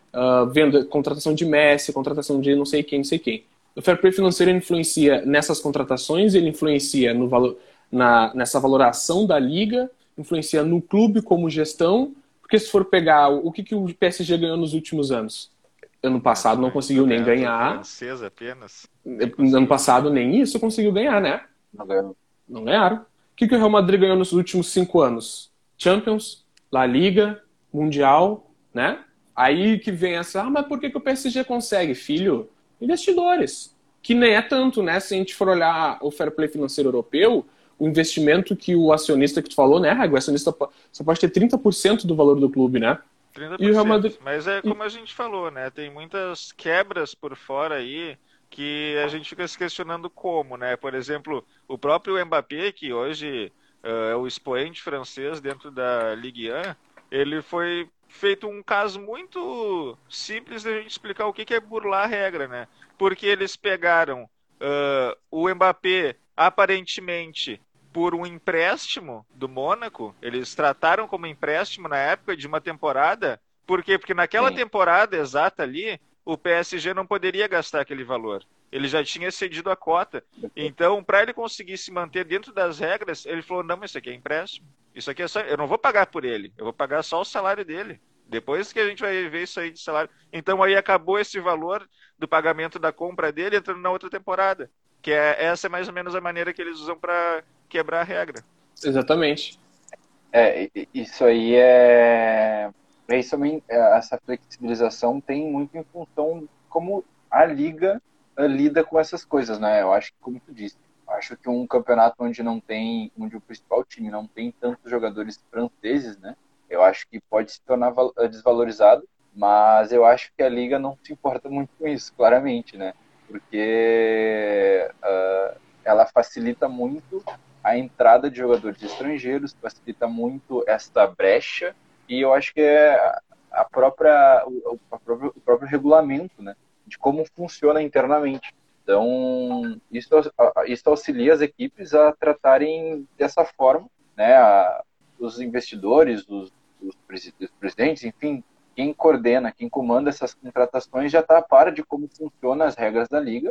uh, venda, contratação de Messi, contratação de não sei quem, não sei quem. O fair play financeiro influencia nessas contratações, ele influencia no valor, na, nessa valoração da liga, influencia no clube como gestão, porque se for pegar o que, que o P S G ganhou nos últimos anos, ano passado não conseguiu nem ganhar. Francesa apenas. Ano passado nem isso conseguiu ganhar, né? Não ganhou. Não ganharam. O que, que o Real Madrid ganhou nos últimos cinco anos? Champions, La Liga, Mundial, né? Aí que vem essa, ah, mas por que, que o P S G consegue? Filho, investidores. Que nem é tanto, né? Se a gente for olhar o fair play financeiro europeu, o investimento que o acionista que tu falou, né, o acionista só pode ter trinta por cento do valor do clube, né? trinta por cento. E o Real Madrid... Mas é como a gente falou, né? Tem muitas quebras por fora aí que a gente fica se questionando como, né? Por exemplo, o próprio Mbappé, que hoje uh, é o expoente francês dentro da Ligue um, ele foi feito um caso muito simples de a gente explicar o que é burlar a regra, né? Porque eles pegaram uh, o Mbappé, aparentemente, por um empréstimo do Mônaco, eles trataram como empréstimo na época de uma temporada, por quê? Porque naquela Sim. temporada exata ali, o P S G não poderia gastar aquele valor. Ele já tinha cedido a cota. Então, para ele conseguir se manter dentro das regras, ele falou, não, mas isso aqui é empréstimo. Isso aqui é só... Eu não vou pagar por ele, eu vou pagar só o salário dele. Depois que a gente vai ver isso aí de salário. Então, aí acabou esse valor do pagamento da compra dele entrando na outra temporada. Que é, essa é mais ou menos a maneira que eles usam para quebrar a regra. Exatamente. É, isso aí é... é isso também, essa flexibilização tem muito em função de como a liga lida com essas coisas, né? Eu acho que, como tu disse, acho que um campeonato onde não tem, onde o principal time não tem tantos jogadores franceses, né? Eu acho que pode se tornar desvalorizado, mas eu acho que a liga não se importa muito com isso, claramente, né? Porque uh, ela facilita muito a entrada de jogadores estrangeiros, facilita muito essa brecha, e eu acho que é a própria, o, a própria, o próprio regulamento, né, de como funciona internamente. Então, isso, isso auxilia as equipes a tratarem dessa forma, né, a, os investidores, os, os presidentes, enfim, quem coordena, quem comanda essas contratações já está a par de como funcionam as regras da liga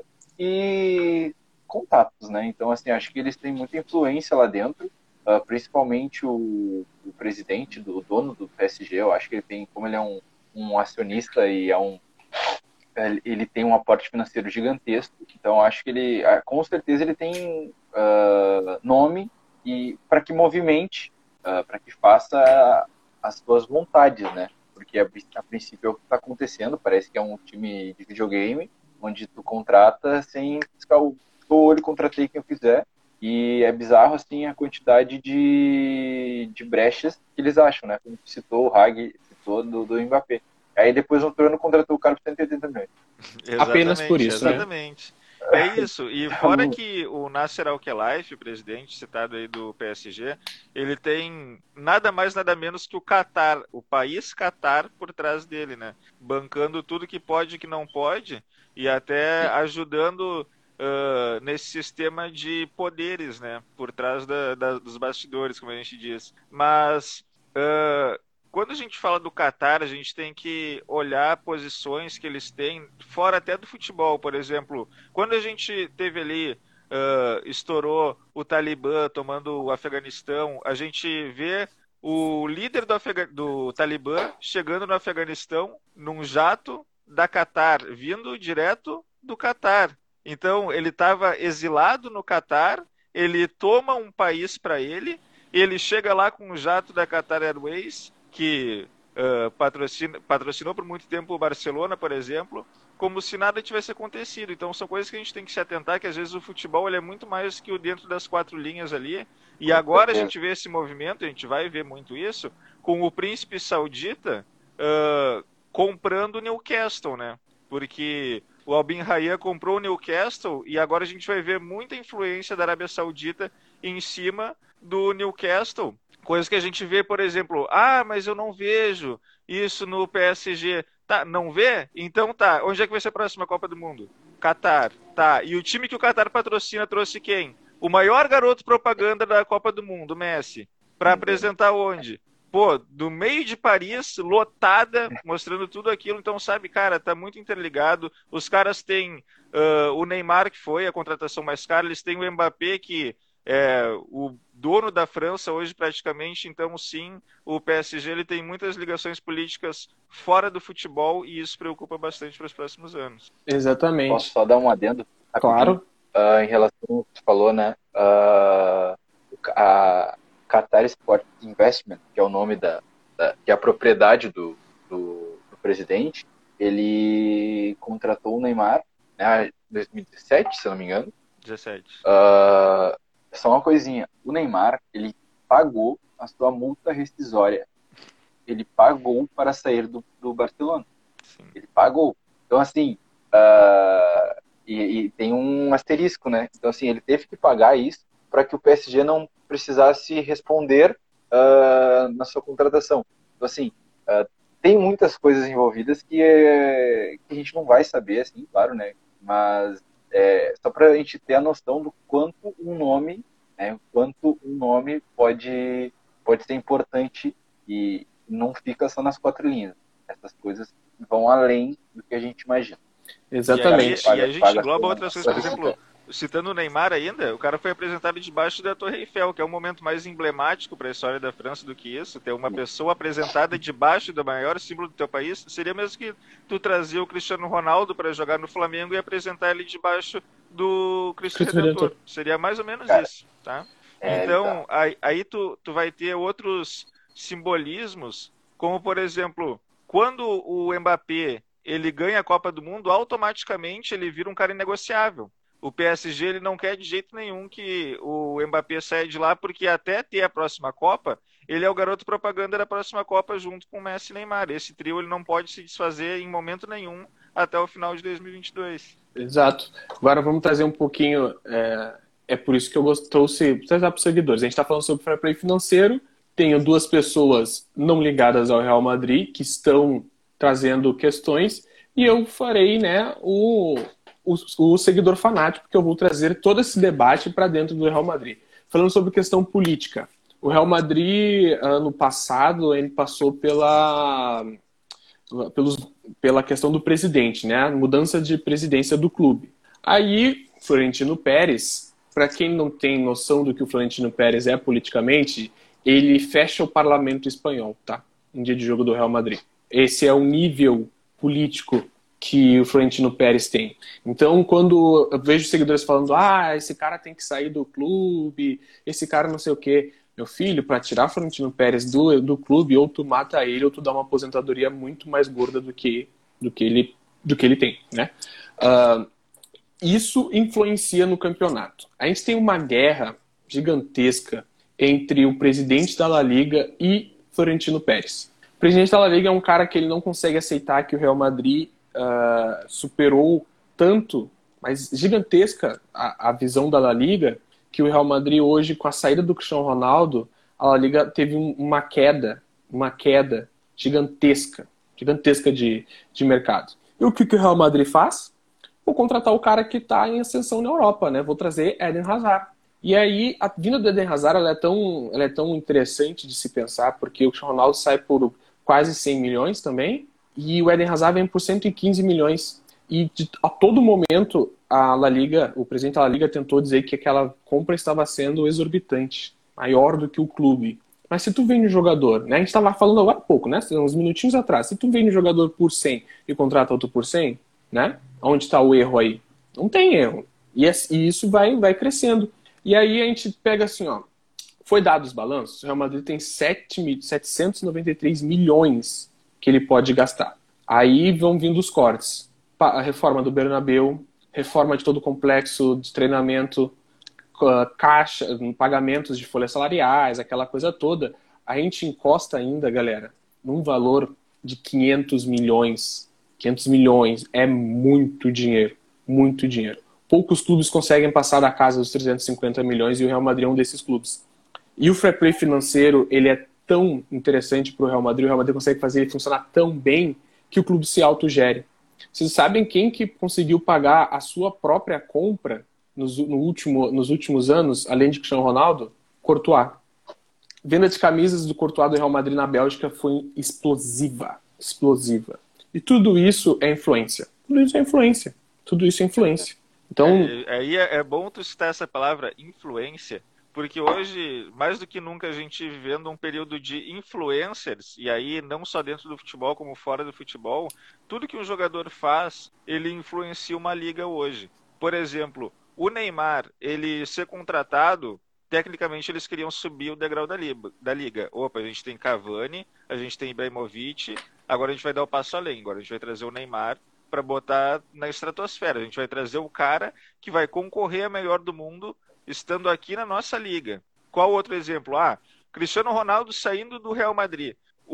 e contatos, né? Então, assim, acho que eles têm muita influência lá dentro, uh, principalmente o, o presidente, do, o dono do P S G, eu acho que ele tem, como ele é um, um acionista e é um, ele tem um aporte financeiro gigantesco, então acho que ele, com certeza ele tem uh, nome e para que movimente, uh, para que faça as suas vontades, né? Porque a, a princípio é o que está acontecendo, parece que é um time de videogame, onde tu contrata sem piscar o olho, contratei quem eu quiser, e é bizarro, assim, a quantidade de, de brechas que eles acham, né? Como citou o Hag, citou do, do Mbappé. Aí depois no turno contratou o cara por cento e oitenta milhões. Apenas por isso, exatamente. Né? É isso, e fora que o Nasser Al-Khelaifi, presidente citado aí do P S G, ele tem nada mais, nada menos que o Qatar, o país Qatar por trás dele, né? Bancando tudo que pode e que não pode, e até ajudando uh, nesse sistema de poderes, né? Por trás da, da, dos bastidores, como a gente diz. Mas... Uh, quando a gente fala do Qatar, a gente tem que olhar posições que eles têm fora até do futebol. Por exemplo, quando a gente teve ali, uh, estourou o Talibã tomando o Afeganistão, a gente vê o líder do, Afega- do Talibã chegando no Afeganistão num jato da Qatar, vindo direto do Qatar. Então, ele estava exilado no Qatar, ele toma um país para ele, ele chega lá com o jato da Qatar Airways, que uh, patrocina, patrocinou por muito tempo o Barcelona, por exemplo, como se nada tivesse acontecido. Então são coisas que a gente tem que se atentar, que às vezes o futebol ele é muito mais que o dentro das quatro linhas ali, e agora a gente vê esse movimento, a gente vai ver muito isso, com o príncipe saudita uh, comprando o Newcastle, né? Porque o Al Bin Raya comprou o Newcastle e agora a gente vai ver muita influência da Arábia Saudita em cima do Newcastle. Coisas que a gente vê, por exemplo, ah, mas eu não vejo isso no P S G. Tá, não vê? Então tá. Onde é que vai ser a próxima Copa do Mundo? Qatar. Tá. E o time que o Qatar patrocina trouxe quem? O maior garoto propaganda da Copa do Mundo, Messi. Para apresentar onde? pô, do meio de Paris, lotada, mostrando tudo aquilo. Então, sabe, cara, tá muito interligado. Os caras têm uh, o Neymar, que foi a contratação mais cara, eles têm o Mbappé, que é o dono da França hoje praticamente. Então, sim, o P S G ele tem muitas ligações políticas fora do futebol e isso preocupa bastante para os próximos anos. Exatamente. Posso só dar um adendo? Claro. Uh, em relação ao que você falou, né? Uh, a Qatar Sport Investment, que é o nome da, da que é a propriedade do, do, do presidente, ele contratou o Neymar, né, em dois mil e dezessete, se eu não me engano. dezessete. Uh, só uma coisinha, o Neymar, ele pagou a sua multa rescisória. Ele pagou para sair do, do Barcelona. Sim. Ele pagou. Então, assim, uh, e, e tem um asterisco, né? Então, assim, ele teve que pagar isso para que o P S G não precisasse responder uh, na sua contratação. Então, assim, uh, tem muitas coisas envolvidas que, é, que a gente não vai saber, assim, claro, né? Mas é, só para a gente ter a noção do quanto um nome, né? Quanto um nome pode, pode ser importante e não fica só nas quatro linhas. Essas coisas vão além do que a gente imagina. Exatamente. E, aí, e a gente engloba outras coisas, por exemplo, citando o Neymar ainda, o cara foi apresentado debaixo da Torre Eiffel, que é o momento mais emblemático para a história da França do que isso. Ter uma pessoa apresentada debaixo do maior símbolo do teu país, seria mesmo que tu trazia o Cristiano Ronaldo para jogar no Flamengo e apresentar ele debaixo do Cristo, Cristo Redentor. Redentor. Seria mais ou menos cara, isso, tá? É, então, tá. aí, aí tu, tu vai ter outros simbolismos, como, por exemplo, quando o Mbappé ele ganha a Copa do Mundo, automaticamente ele vira um cara inegociável. O P S G ele não quer de jeito nenhum que o Mbappé saia de lá, porque até ter a próxima Copa, ele é o garoto propaganda da próxima Copa junto com o Messi e Neymar. Esse trio ele não pode se desfazer em momento nenhum até o final de dois mil e vinte e dois. Exato. Agora vamos trazer um pouquinho... É, é por isso que eu trouxe para os seguidores. A gente está falando sobre fair play financeiro. Tenho duas pessoas não ligadas ao Real Madrid que estão trazendo questões e eu farei, né, o, o, o seguidor fanático, que eu vou trazer todo esse debate para dentro do Real Madrid. Falando sobre questão política. O Real Madrid, ano passado, ele passou pela, pelos, pela questão do presidente, né, mudança de presidência do clube. Aí, Florentino Pérez, para quem não tem noção do que o Florentino Pérez é politicamente, ele fecha o parlamento espanhol, tá? Em dia de jogo do Real Madrid. Esse é o nível político que o Florentino Pérez tem. Então, quando eu vejo seguidores falando, ah, esse cara tem que sair do clube, esse cara não sei o quê. Meu filho, para tirar o Florentino Pérez do, do clube, ou tu mata ele, ou tu dá uma aposentadoria muito mais gorda do que, do que, ele, do que ele tem, né? Uh, isso influencia no campeonato. A gente tem uma guerra gigantesca entre o presidente da La Liga e Florentino Pérez. O presidente da La Liga é um cara que ele não consegue aceitar que o Real Madrid uh, superou tanto, mas gigantesca, a, a visão da La Liga, que o Real Madrid hoje, com a saída do Cristiano Ronaldo, a La Liga teve um, uma queda, uma queda gigantesca, gigantesca de, de mercado. E o que, que o Real Madrid faz? Vou contratar o cara que está em ascensão na Europa, né? Vou trazer Eden Hazard. E aí, a vinda do Eden Hazard ela é, tão, ela é tão interessante de se pensar, porque o Cristiano Ronaldo sai por quase cem milhões também, e o Eden Hazard vem por cento e quinze milhões. E de, a todo momento, a La Liga, o presidente da La Liga tentou dizer que aquela compra estava sendo exorbitante, maior do que o clube. Mas se tu vende um jogador, né, a gente estava falando agora há pouco, né, uns minutinhos atrás, se tu vende um jogador por cem e contrata outro por cem, né, onde está o erro aí? Não tem erro. E, e isso vai, vai crescendo. E aí a gente pega assim, ó, foi dado os balanços, o Real Madrid tem setecentos e noventa e três milhões que ele pode gastar. Aí vão vindo os cortes. A reforma do Bernabéu, reforma de todo o complexo de treinamento, caixa, pagamentos de folhas salariais, aquela coisa toda. A gente encosta ainda, galera, num valor de quinhentos milhões. quinhentos milhões é muito dinheiro, muito dinheiro. Poucos clubes conseguem passar da casa dos trezentos e cinquenta milhões e o Real Madrid é um desses clubes. E o fair play financeiro, ele é tão interessante para o Real Madrid, o Real Madrid consegue fazer ele funcionar tão bem que o clube se autogere. Vocês sabem quem que conseguiu pagar a sua própria compra nos, no último, nos últimos anos, além de Cristiano Ronaldo? Courtois. venda de camisas do Courtois do Real Madrid na Bélgica foi explosiva. Explosiva. E tudo isso é influência. Tudo isso é influência. Tudo isso é influência. Então... Aí é, é, é bom tu citar essa palavra influência, porque hoje, mais do que nunca, a gente vivendo um período de influencers, e aí não só dentro do futebol, como fora do futebol, tudo que um jogador faz, ele influencia uma liga hoje. Por exemplo, o Neymar, ele ser contratado, tecnicamente eles queriam subir o degrau da liga. Da liga. Opa, a gente tem Cavani, a gente tem Ibrahimovic, agora a gente vai dar o passo além, agora a gente vai trazer o Neymar para botar na estratosfera, a gente vai trazer o cara que vai concorrer a melhor do mundo estando aqui na nossa liga. Qual outro exemplo? Ah, Cristiano Ronaldo saindo do Real Madrid.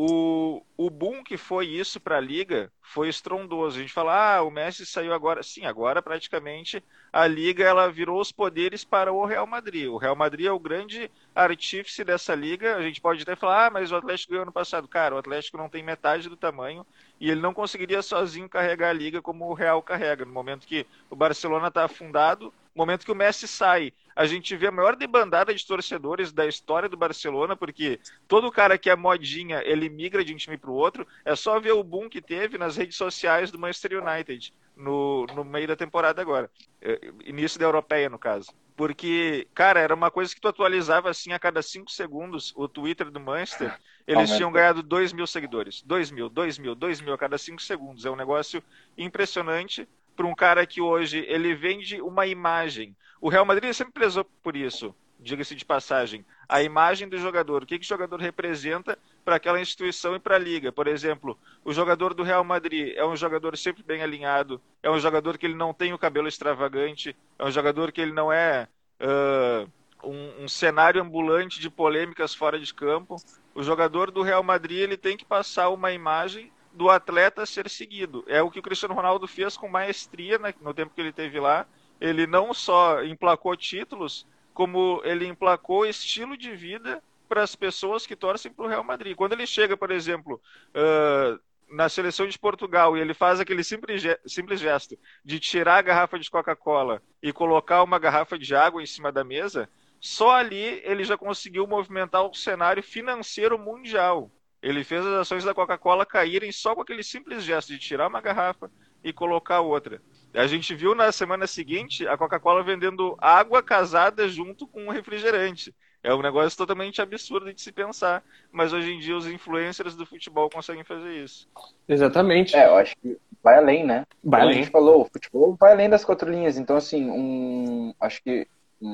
O, o boom que foi isso para a liga foi estrondoso. A gente fala, ah, o Messi saiu agora. Sim, agora praticamente a liga ela virou os poderes para o Real Madrid. O Real Madrid é o grande artífice dessa liga. A gente pode até falar, ah, mas o Atlético ganhou ano passado. Cara, o Atlético não tem metade do tamanho e ele não conseguiria sozinho carregar a liga como o Real carrega. No momento que o Barcelona está afundado, no momento que o Messi sai, a gente vê a maior debandada de torcedores da história do Barcelona, porque todo cara que é modinha, ele migra de um time para o outro. É só ver o boom que teve nas redes sociais do Manchester United no, no meio da temporada agora. Início da Europeia, no caso. Porque, cara, era uma coisa que tu atualizava assim a cada cinco segundos o Twitter do Manchester. Eles tinham ganhado dois mil seguidores. dois mil, dois mil, dois mil a cada cinco segundos. É um negócio impressionante para um cara que hoje ele vende uma imagem. O Real Madrid sempre prezou por isso, diga-se de passagem. A imagem do jogador, o que, que o jogador representa para aquela instituição e para a liga. Por exemplo, o jogador do Real Madrid é um jogador sempre bem alinhado, é um jogador que ele não tem o cabelo extravagante, é um jogador que ele não é uh, um, um cenário ambulante de polêmicas fora de campo. O jogador do Real Madrid ele tem que passar uma imagem do atleta a ser seguido. É o que o Cristiano Ronaldo fez com maestria, né, no tempo que ele teve lá. Ele não só emplacou títulos, como ele emplacou estilo de vida para as pessoas que torcem para o Real Madrid. Quando ele chega, por exemplo, uh, na seleção de Portugal e ele faz aquele simples, simples gesto de tirar a garrafa de Coca-Cola e colocar uma garrafa de água em cima da mesa, só ali ele já conseguiu movimentar o cenário financeiro mundial. Ele fez as ações da Coca-Cola caírem só com aquele simples gesto de tirar uma garrafa e colocar outra. A gente viu na semana seguinte a Coca-Cola vendendo água casada junto com um refrigerante. É um negócio totalmente absurdo de se pensar. Mas hoje em dia os influencers do futebol conseguem fazer isso. Exatamente. É, eu acho que vai além, né? Vai Como além. a gente falou, o futebol vai além das quatro linhas. Então, assim, um, acho que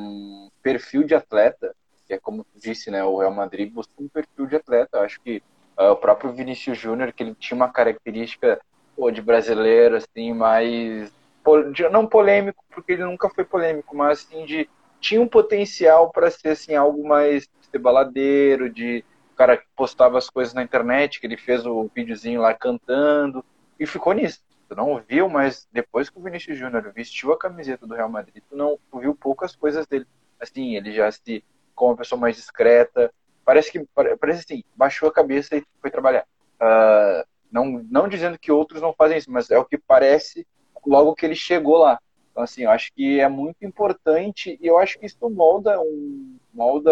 um perfil de atleta, que é como tu disse, né? O Real Madrid busca um perfil de atleta. Eu acho que uh, o próprio Vinícius Júnior, que ele tinha uma característica pô, de brasileiro, assim, mais... não polêmico, porque ele nunca foi polêmico, mas assim, de, tinha um potencial para ser assim, algo mais de baladeiro, de o cara que postava as coisas na internet, que ele fez o videozinho lá cantando, e ficou nisso. Tu não viu, mas depois que o Vinícius Júnior vestiu a camiseta do Real Madrid, tu não tu viu poucas coisas dele. Assim, ele já se como uma pessoa mais discreta, parece que parece assim, baixou a cabeça e foi trabalhar. Uh, não, não dizendo que outros não fazem isso, mas é o que parece logo que ele chegou lá. Então, assim, eu acho que é muito importante e eu acho que isso molda, um, molda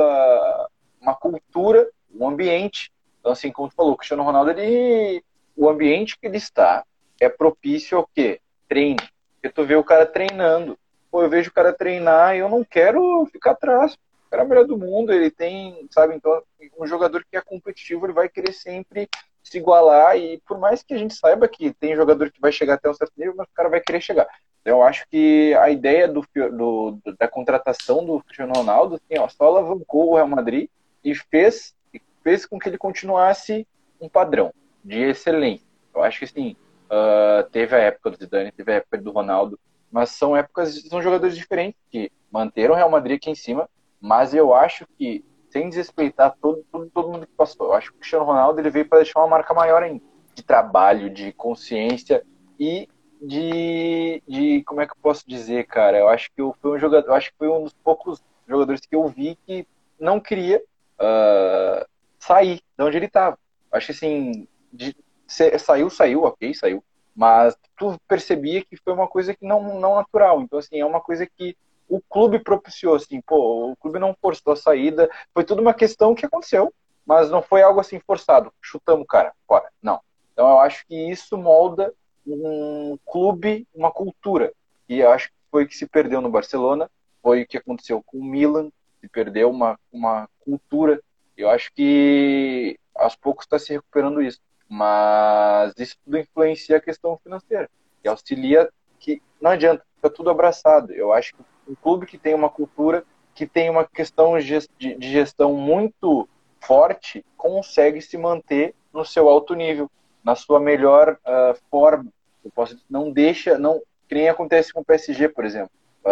uma cultura, um ambiente. Então, assim, como tu falou, o Cristiano Ronaldo, ele, o ambiente que ele está é propício ao quê? Treino. Porque tu vê o cara treinando. Pô, eu vejo o cara treinar e eu não quero ficar atrás. O cara é o melhor do mundo, ele tem, sabe? Então, um jogador que é competitivo, ele vai querer sempre se igualar, e por mais que a gente saiba que tem jogador que vai chegar até um certo nível, mas o cara vai querer chegar. Então, eu acho que a ideia do, do, da contratação do Cristiano Ronaldo assim, ó, só alavancou o Real Madrid e fez, fez com que ele continuasse um padrão de excelência. Eu acho que assim, uh, teve a época do Zidane, teve a época do Ronaldo, mas são épocas, são jogadores diferentes que manteram o Real Madrid aqui em cima, mas eu acho que sem desrespeitar todo, todo, todo mundo que passou. Eu acho que o Cristiano Ronaldo ele veio para deixar uma marca maior ainda, de trabalho, de consciência e de, de como é que eu posso dizer, cara? Eu acho que eu fui um jogador, eu acho que foi um dos poucos jogadores que eu vi que não queria uh, sair de onde ele estava. Acho que assim, de, se, saiu, saiu, ok, saiu, mas tu percebia que foi uma coisa que não, não natural. Então assim, é uma coisa que o clube propiciou, assim, pô, o clube não forçou a saída, foi tudo uma questão que aconteceu, mas não foi algo assim forçado, chutamos o cara, fora, não. Então eu acho que isso molda um clube, uma cultura, e eu acho que foi o que se perdeu no Barcelona, foi o que aconteceu com o Milan, se perdeu uma, uma cultura, eu acho que aos poucos está se recuperando isso, mas isso tudo influencia a questão financeira, e auxilia que não adianta, fica tudo abraçado. Eu acho que um clube que tem uma cultura, que tem uma questão de gestão muito forte, consegue se manter no seu alto nível, na sua melhor uh, forma. Eu posso, não deixa, não, que nem acontece com o P S G, por exemplo.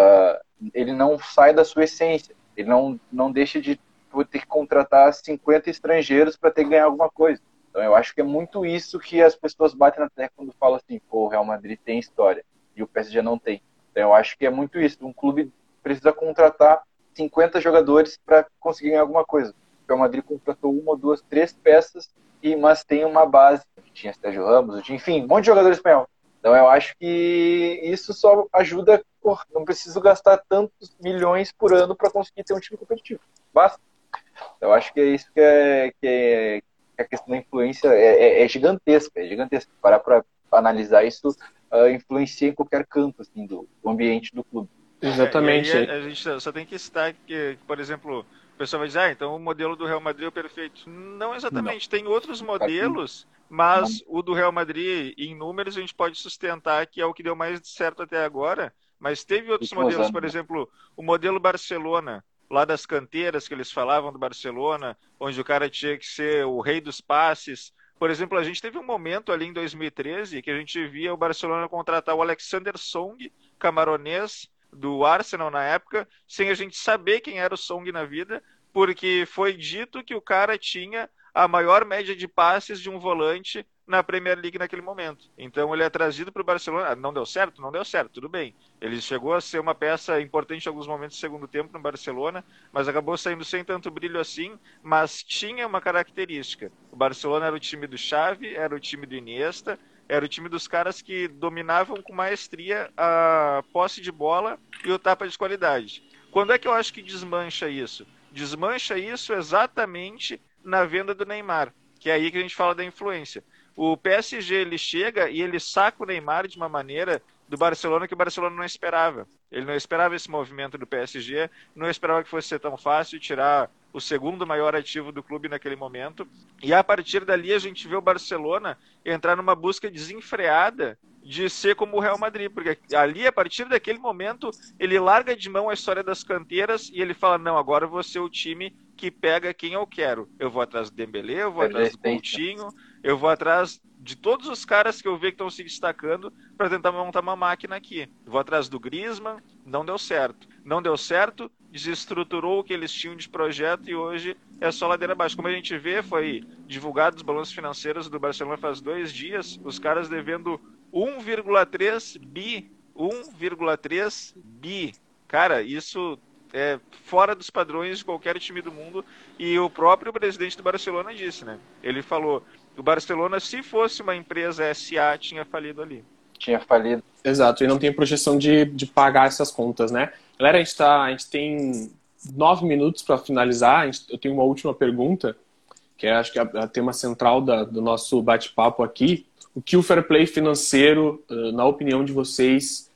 Uh, ele não sai da sua essência, ele não, não deixa de ter que contratar cinquenta estrangeiros para ter que ganhar alguma coisa. Então eu acho que é muito isso que as pessoas batem na tecla quando falam assim, pô, o Real Madrid tem história e o P S G não tem. Então eu acho que é muito isso. Um clube precisa contratar cinquenta jogadores para conseguir ganhar alguma coisa. O Real Madrid contratou uma, duas, três peças, e, mas tem uma base. Tinha Sérgio Ramos, tinha, enfim, um monte de jogador espanhol. Então eu acho que isso só ajuda, pô, não preciso gastar tantos milhões por ano para conseguir ter um time competitivo. Basta. Então eu acho que é isso que é, que é que a questão da influência é, é, é gigantesca, é gigantesca. Parar para analisar isso uh, influencia em qualquer canto assim, do, do ambiente do clube. Exatamente. É, e aí a, a gente só tem que citar que, por exemplo, o pessoal vai dizer, ah, então o modelo do Real Madrid é o perfeito. Não exatamente, não. Tem outros modelos, mas não. O do Real Madrid, em números, a gente pode sustentar que é o que deu mais certo até agora, mas teve outros modelos, anos, por né? exemplo, o modelo Barcelona, lá das canteiras que eles falavam do Barcelona, onde o cara tinha que ser o rei dos passes. Por exemplo, a gente teve um momento ali em dois mil e treze que a gente via o Barcelona contratar o Alexander Song, camaronês, do Arsenal na época, sem a gente saber quem era o Song na vida, porque foi dito que o cara tinha a maior média de passes de um volante na Premier League naquele momento. Então ele é trazido para o Barcelona. Não deu certo? Não deu certo, tudo bem. Ele chegou a ser uma peça importante em alguns momentos do segundo tempo no Barcelona, mas acabou saindo sem tanto brilho assim, mas tinha uma característica. O Barcelona era o time do Xavi, era o time do Iniesta, era o time dos caras que dominavam com maestria a posse de bola e o tapa de qualidade. Quando é que eu acho que desmancha isso? Desmancha isso exatamente na venda do Neymar, que é aí que a gente fala da influência. O P S G ele chega e ele saca o Neymar de uma maneira do Barcelona que o Barcelona não esperava. Ele não esperava esse movimento do P S G, não esperava que fosse ser tão fácil tirar o segundo maior ativo do clube naquele momento. E a partir dali a gente vê o Barcelona entrar numa busca desenfreada de ser como o Real Madrid, porque ali, a partir daquele momento, ele larga de mão a história das canteiras e ele fala, não, agora eu vou ser o time que pega quem eu quero. Eu vou atrás do Dembélé, eu vou atrás do Coutinho, eu vou atrás de todos os caras que eu vejo que estão se destacando para tentar montar uma máquina aqui. Vou atrás do Griezmann, não deu certo. Não deu certo, desestruturou o que eles tinham de projeto e hoje é só ladeira abaixo. Como a gente vê, foi divulgado os balanços financeiros do Barcelona faz dois dias, os caras devendo um vírgula três bi. um vírgula três bi. Cara, isso é fora dos padrões de qualquer time do mundo. E o próprio presidente do Barcelona disse, né? Ele falou, o Barcelona, se fosse uma empresa S A, tinha falido ali. Tinha falido. Exato, e não tem projeção de, de pagar essas contas, né? Galera, a gente, tá, a gente tem nove minutos para finalizar. A gente, eu tenho uma última pergunta, que é, acho que é a, a tema central da, do nosso bate-papo aqui. O que o fair play financeiro, uh, na opinião de vocês,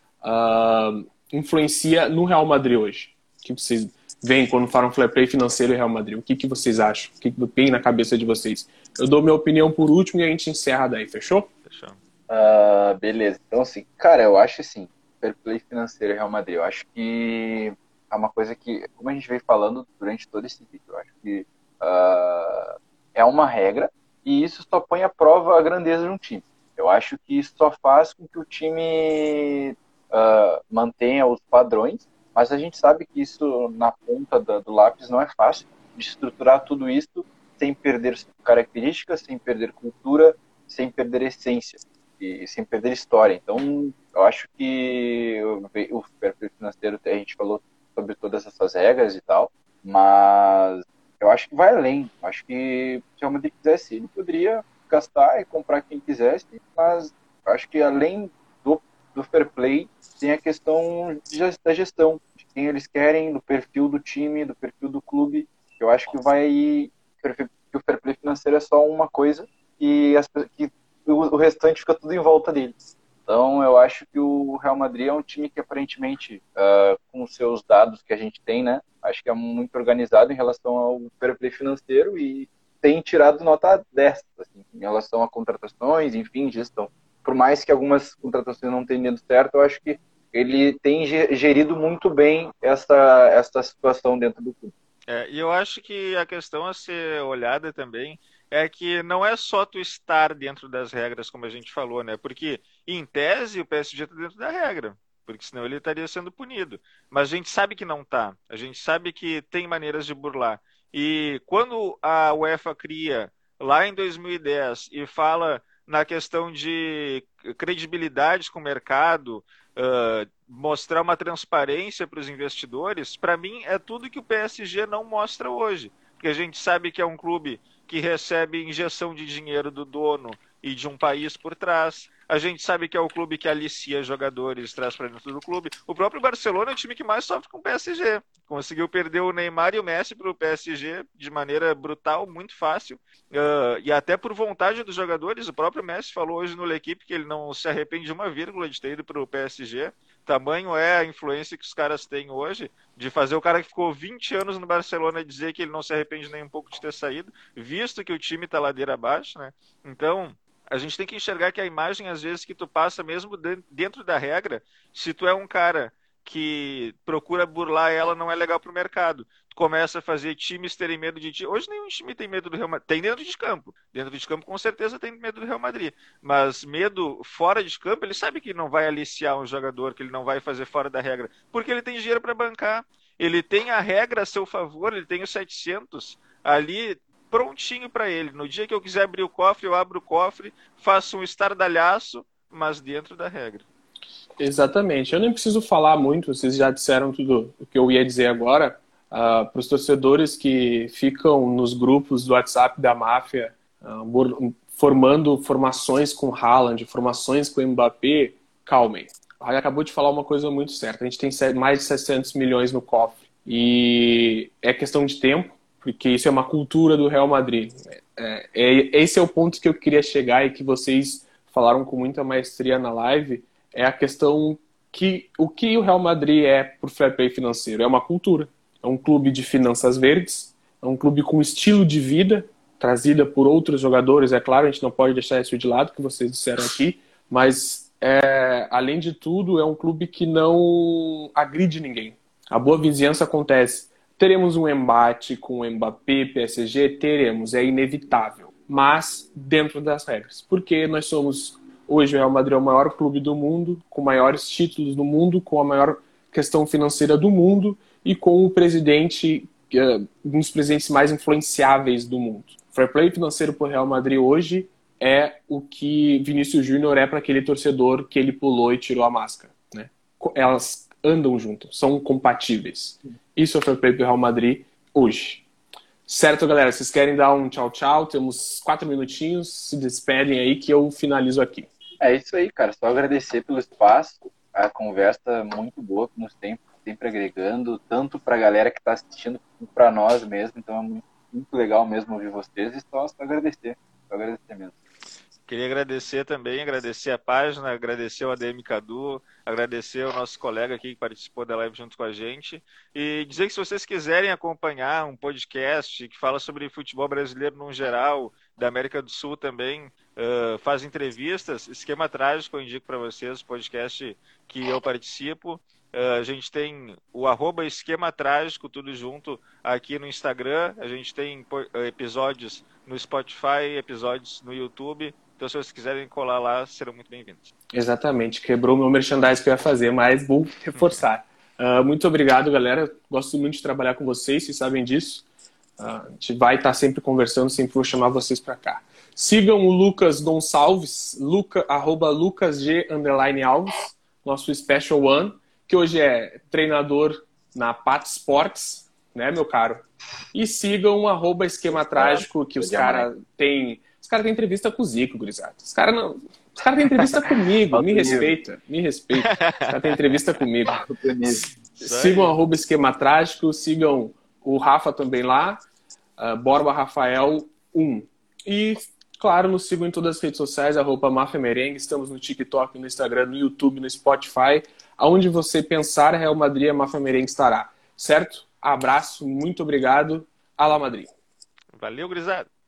uh, influencia no Real Madrid hoje? O que vocês veem quando falam fair play financeiro e Real Madrid? O que, que vocês acham? O que, que vem na cabeça de vocês? Eu dou minha opinião por último e a gente encerra daí, fechou? Fechou. Uh, beleza. Então, assim, cara, eu acho assim, fair play financeiro e Real Madrid, eu acho que é uma coisa que, como a gente veio falando durante todo esse vídeo, eu acho que uh, é uma regra e isso só põe à prova a grandeza de um time. Eu acho que isso só faz com que o time uh, mantenha os padrões, mas a gente sabe que isso na ponta da, do lápis não é fácil de estruturar tudo isso sem perder características, sem perder cultura, sem perder essência e sem perder história. Então, eu acho que o fair play financeiro, a gente falou sobre todas essas regras e tal, mas eu acho que vai além. Eu acho que se o Real Madrid quisesse, ele poderia gastar e comprar quem quisesse, mas eu acho que além do, do fair play, tem a questão de, da gestão, de quem eles querem, do perfil do time, do perfil do clube. Eu acho que vai que o fair play financeiro é só uma coisa e, as, que o, o restante fica tudo em volta deles. Então, eu acho que o Real Madrid é um time que, aparentemente, uh, com os seus dados que a gente tem, né, acho que é muito organizado em relação ao fair play financeiro e tem tirado nota dez, assim, em relação a contratações, enfim, gestão. Por mais que algumas contratações não tenham dado certo, eu acho que ele tem gerido muito bem essa, essa situação dentro do clube. É, e eu acho que a questão a ser olhada também é que não é só tu estar dentro das regras, como a gente falou, né? Porque, em tese, o P S G está dentro da regra, porque senão ele estaria sendo punido. Mas a gente sabe que não está. A gente sabe que tem maneiras de burlar. E quando a UEFA cria, lá em dois mil e dez, e fala na questão de credibilidade com o mercado, uh, mostrar uma transparência para os investidores, para mim é tudo que o P S G não mostra hoje. Porque a gente sabe que é um clube que recebe injeção de dinheiro do dono e de um país por trás. A gente sabe que é o clube que alicia jogadores, traz para dentro do clube. O próprio Barcelona é o time que mais sofre com o P S G. Conseguiu perder o Neymar e o Messi para o P S G de maneira brutal, muito fácil. Uh, e até por vontade dos jogadores. O próprio Messi falou hoje no L'Equipe que ele não se arrepende de uma vírgula de ter ido para o P S G. Tamanho é a influência que os caras têm hoje de fazer o cara que ficou vinte anos no Barcelona dizer que ele não se arrepende nem um pouco de ter saído, visto que o time está ladeira abaixo, né? Então, a gente tem que enxergar que a imagem, às vezes, que tu passa, mesmo dentro da regra, se tu é um cara que procura burlar ela, não é legal pro mercado. Tu começa a fazer times terem medo de ti. Hoje nenhum time tem medo do Real Madrid. Tem dentro de campo. Dentro de campo, com certeza, tem medo do Real Madrid. Mas medo fora de campo, ele sabe que não vai aliciar um jogador, que ele não vai fazer fora da regra, porque ele tem dinheiro para bancar. Ele tem a regra a seu favor, ele tem os setecentos ali prontinho para ele. No dia que eu quiser abrir o cofre, eu abro o cofre, faço um estardalhaço, mas dentro da regra. Exatamente. Eu nem preciso falar muito, vocês já disseram tudo o que eu ia dizer agora. Uh, para os torcedores que ficam nos grupos do WhatsApp da máfia, uh, formando formações com Haaland, formações com Mbappé, calmem. O Raí acabou de falar uma coisa muito certa. A gente tem mais de seiscentos milhões no cofre. E é questão de tempo, porque isso é uma cultura do Real Madrid. É, é, esse é o ponto que eu queria chegar e que vocês falaram com muita maestria na live. É a questão que o que o Real Madrid é por fair play financeiro. É uma cultura. É um clube de finanças verdes, é um clube com estilo de vida, trazida por outros jogadores, é claro, a gente não pode deixar isso de lado, que vocês disseram aqui, mas, é, além de tudo, é um clube que não agride ninguém. A boa vizinhança acontece. Teremos um embate com o Mbappé, P S G? Teremos, é inevitável, mas dentro das regras, porque nós somos... Hoje o Real Madrid é o maior clube do mundo, com maiores títulos no mundo, com a maior questão financeira do mundo e com o presidente, um dos presidentes mais influenciáveis do mundo. O fair play financeiro para o Real Madrid hoje é o que Vinícius Júnior é para aquele torcedor que ele pulou e tirou a máscara, né? Elas andam juntas, são compatíveis. Isso é o fair play para o Real Madrid hoje. Certo, galera? Vocês querem dar um tchau, tchau? Temos quatro minutinhos, se despedem aí que eu finalizo aqui. É isso aí, cara. Só agradecer pelo espaço, a conversa muito boa que nos tem, sempre agregando, tanto para a galera que está assistindo, como para nós mesmo. Então é muito, muito legal mesmo ouvir vocês e só, só agradecer. Só agradecer mesmo. Queria agradecer também, agradecer a página, agradecer o A D M Cadu, agradecer ao nosso colega aqui que participou da live junto com a gente e dizer que se vocês quiserem acompanhar um podcast que fala sobre futebol brasileiro no geral, da América do Sul também, uh, faz entrevistas, Esquema Trágico eu indico para vocês, o podcast que eu participo. Uh, a gente tem o arroba Esquema Trágico, tudo junto aqui no Instagram, a gente tem episódios no Spotify, episódios no YouTube. Então, se vocês quiserem colar lá, serão muito bem-vindos. Exatamente. Quebrou o meu merchandising que eu ia fazer, mas vou reforçar. Uh, muito obrigado, galera. Gosto muito de trabalhar com vocês, vocês sabem disso. Uh, a gente vai estar sempre conversando, sempre vou chamar vocês para cá. Sigam o Lucas Gonçalves, Luca, arroba lucasg, underline Alves, nosso Special One, que hoje é treinador na Pat Sports, né, meu caro? E sigam o arroba Esquema Trágico, que os caras têm... Os caras têm entrevista com o Zico, gurizada. Os caras não... Os caras têm entrevista comigo. Me respeita. Me respeita. Os caras têm entrevista comigo. Sigam arroba Esquema Trágico, sigam o Rafa também lá, uh, Borba Rafael um. E, claro, nos sigam em todas as redes sociais, arroba Máfia Merengue. Estamos no TikTok, no Instagram, no YouTube, no Spotify. Aonde você pensar Real Madrid, a Máfia Merengue estará. Certo? Abraço, muito obrigado. Alá Madrid. Valeu, gurizada.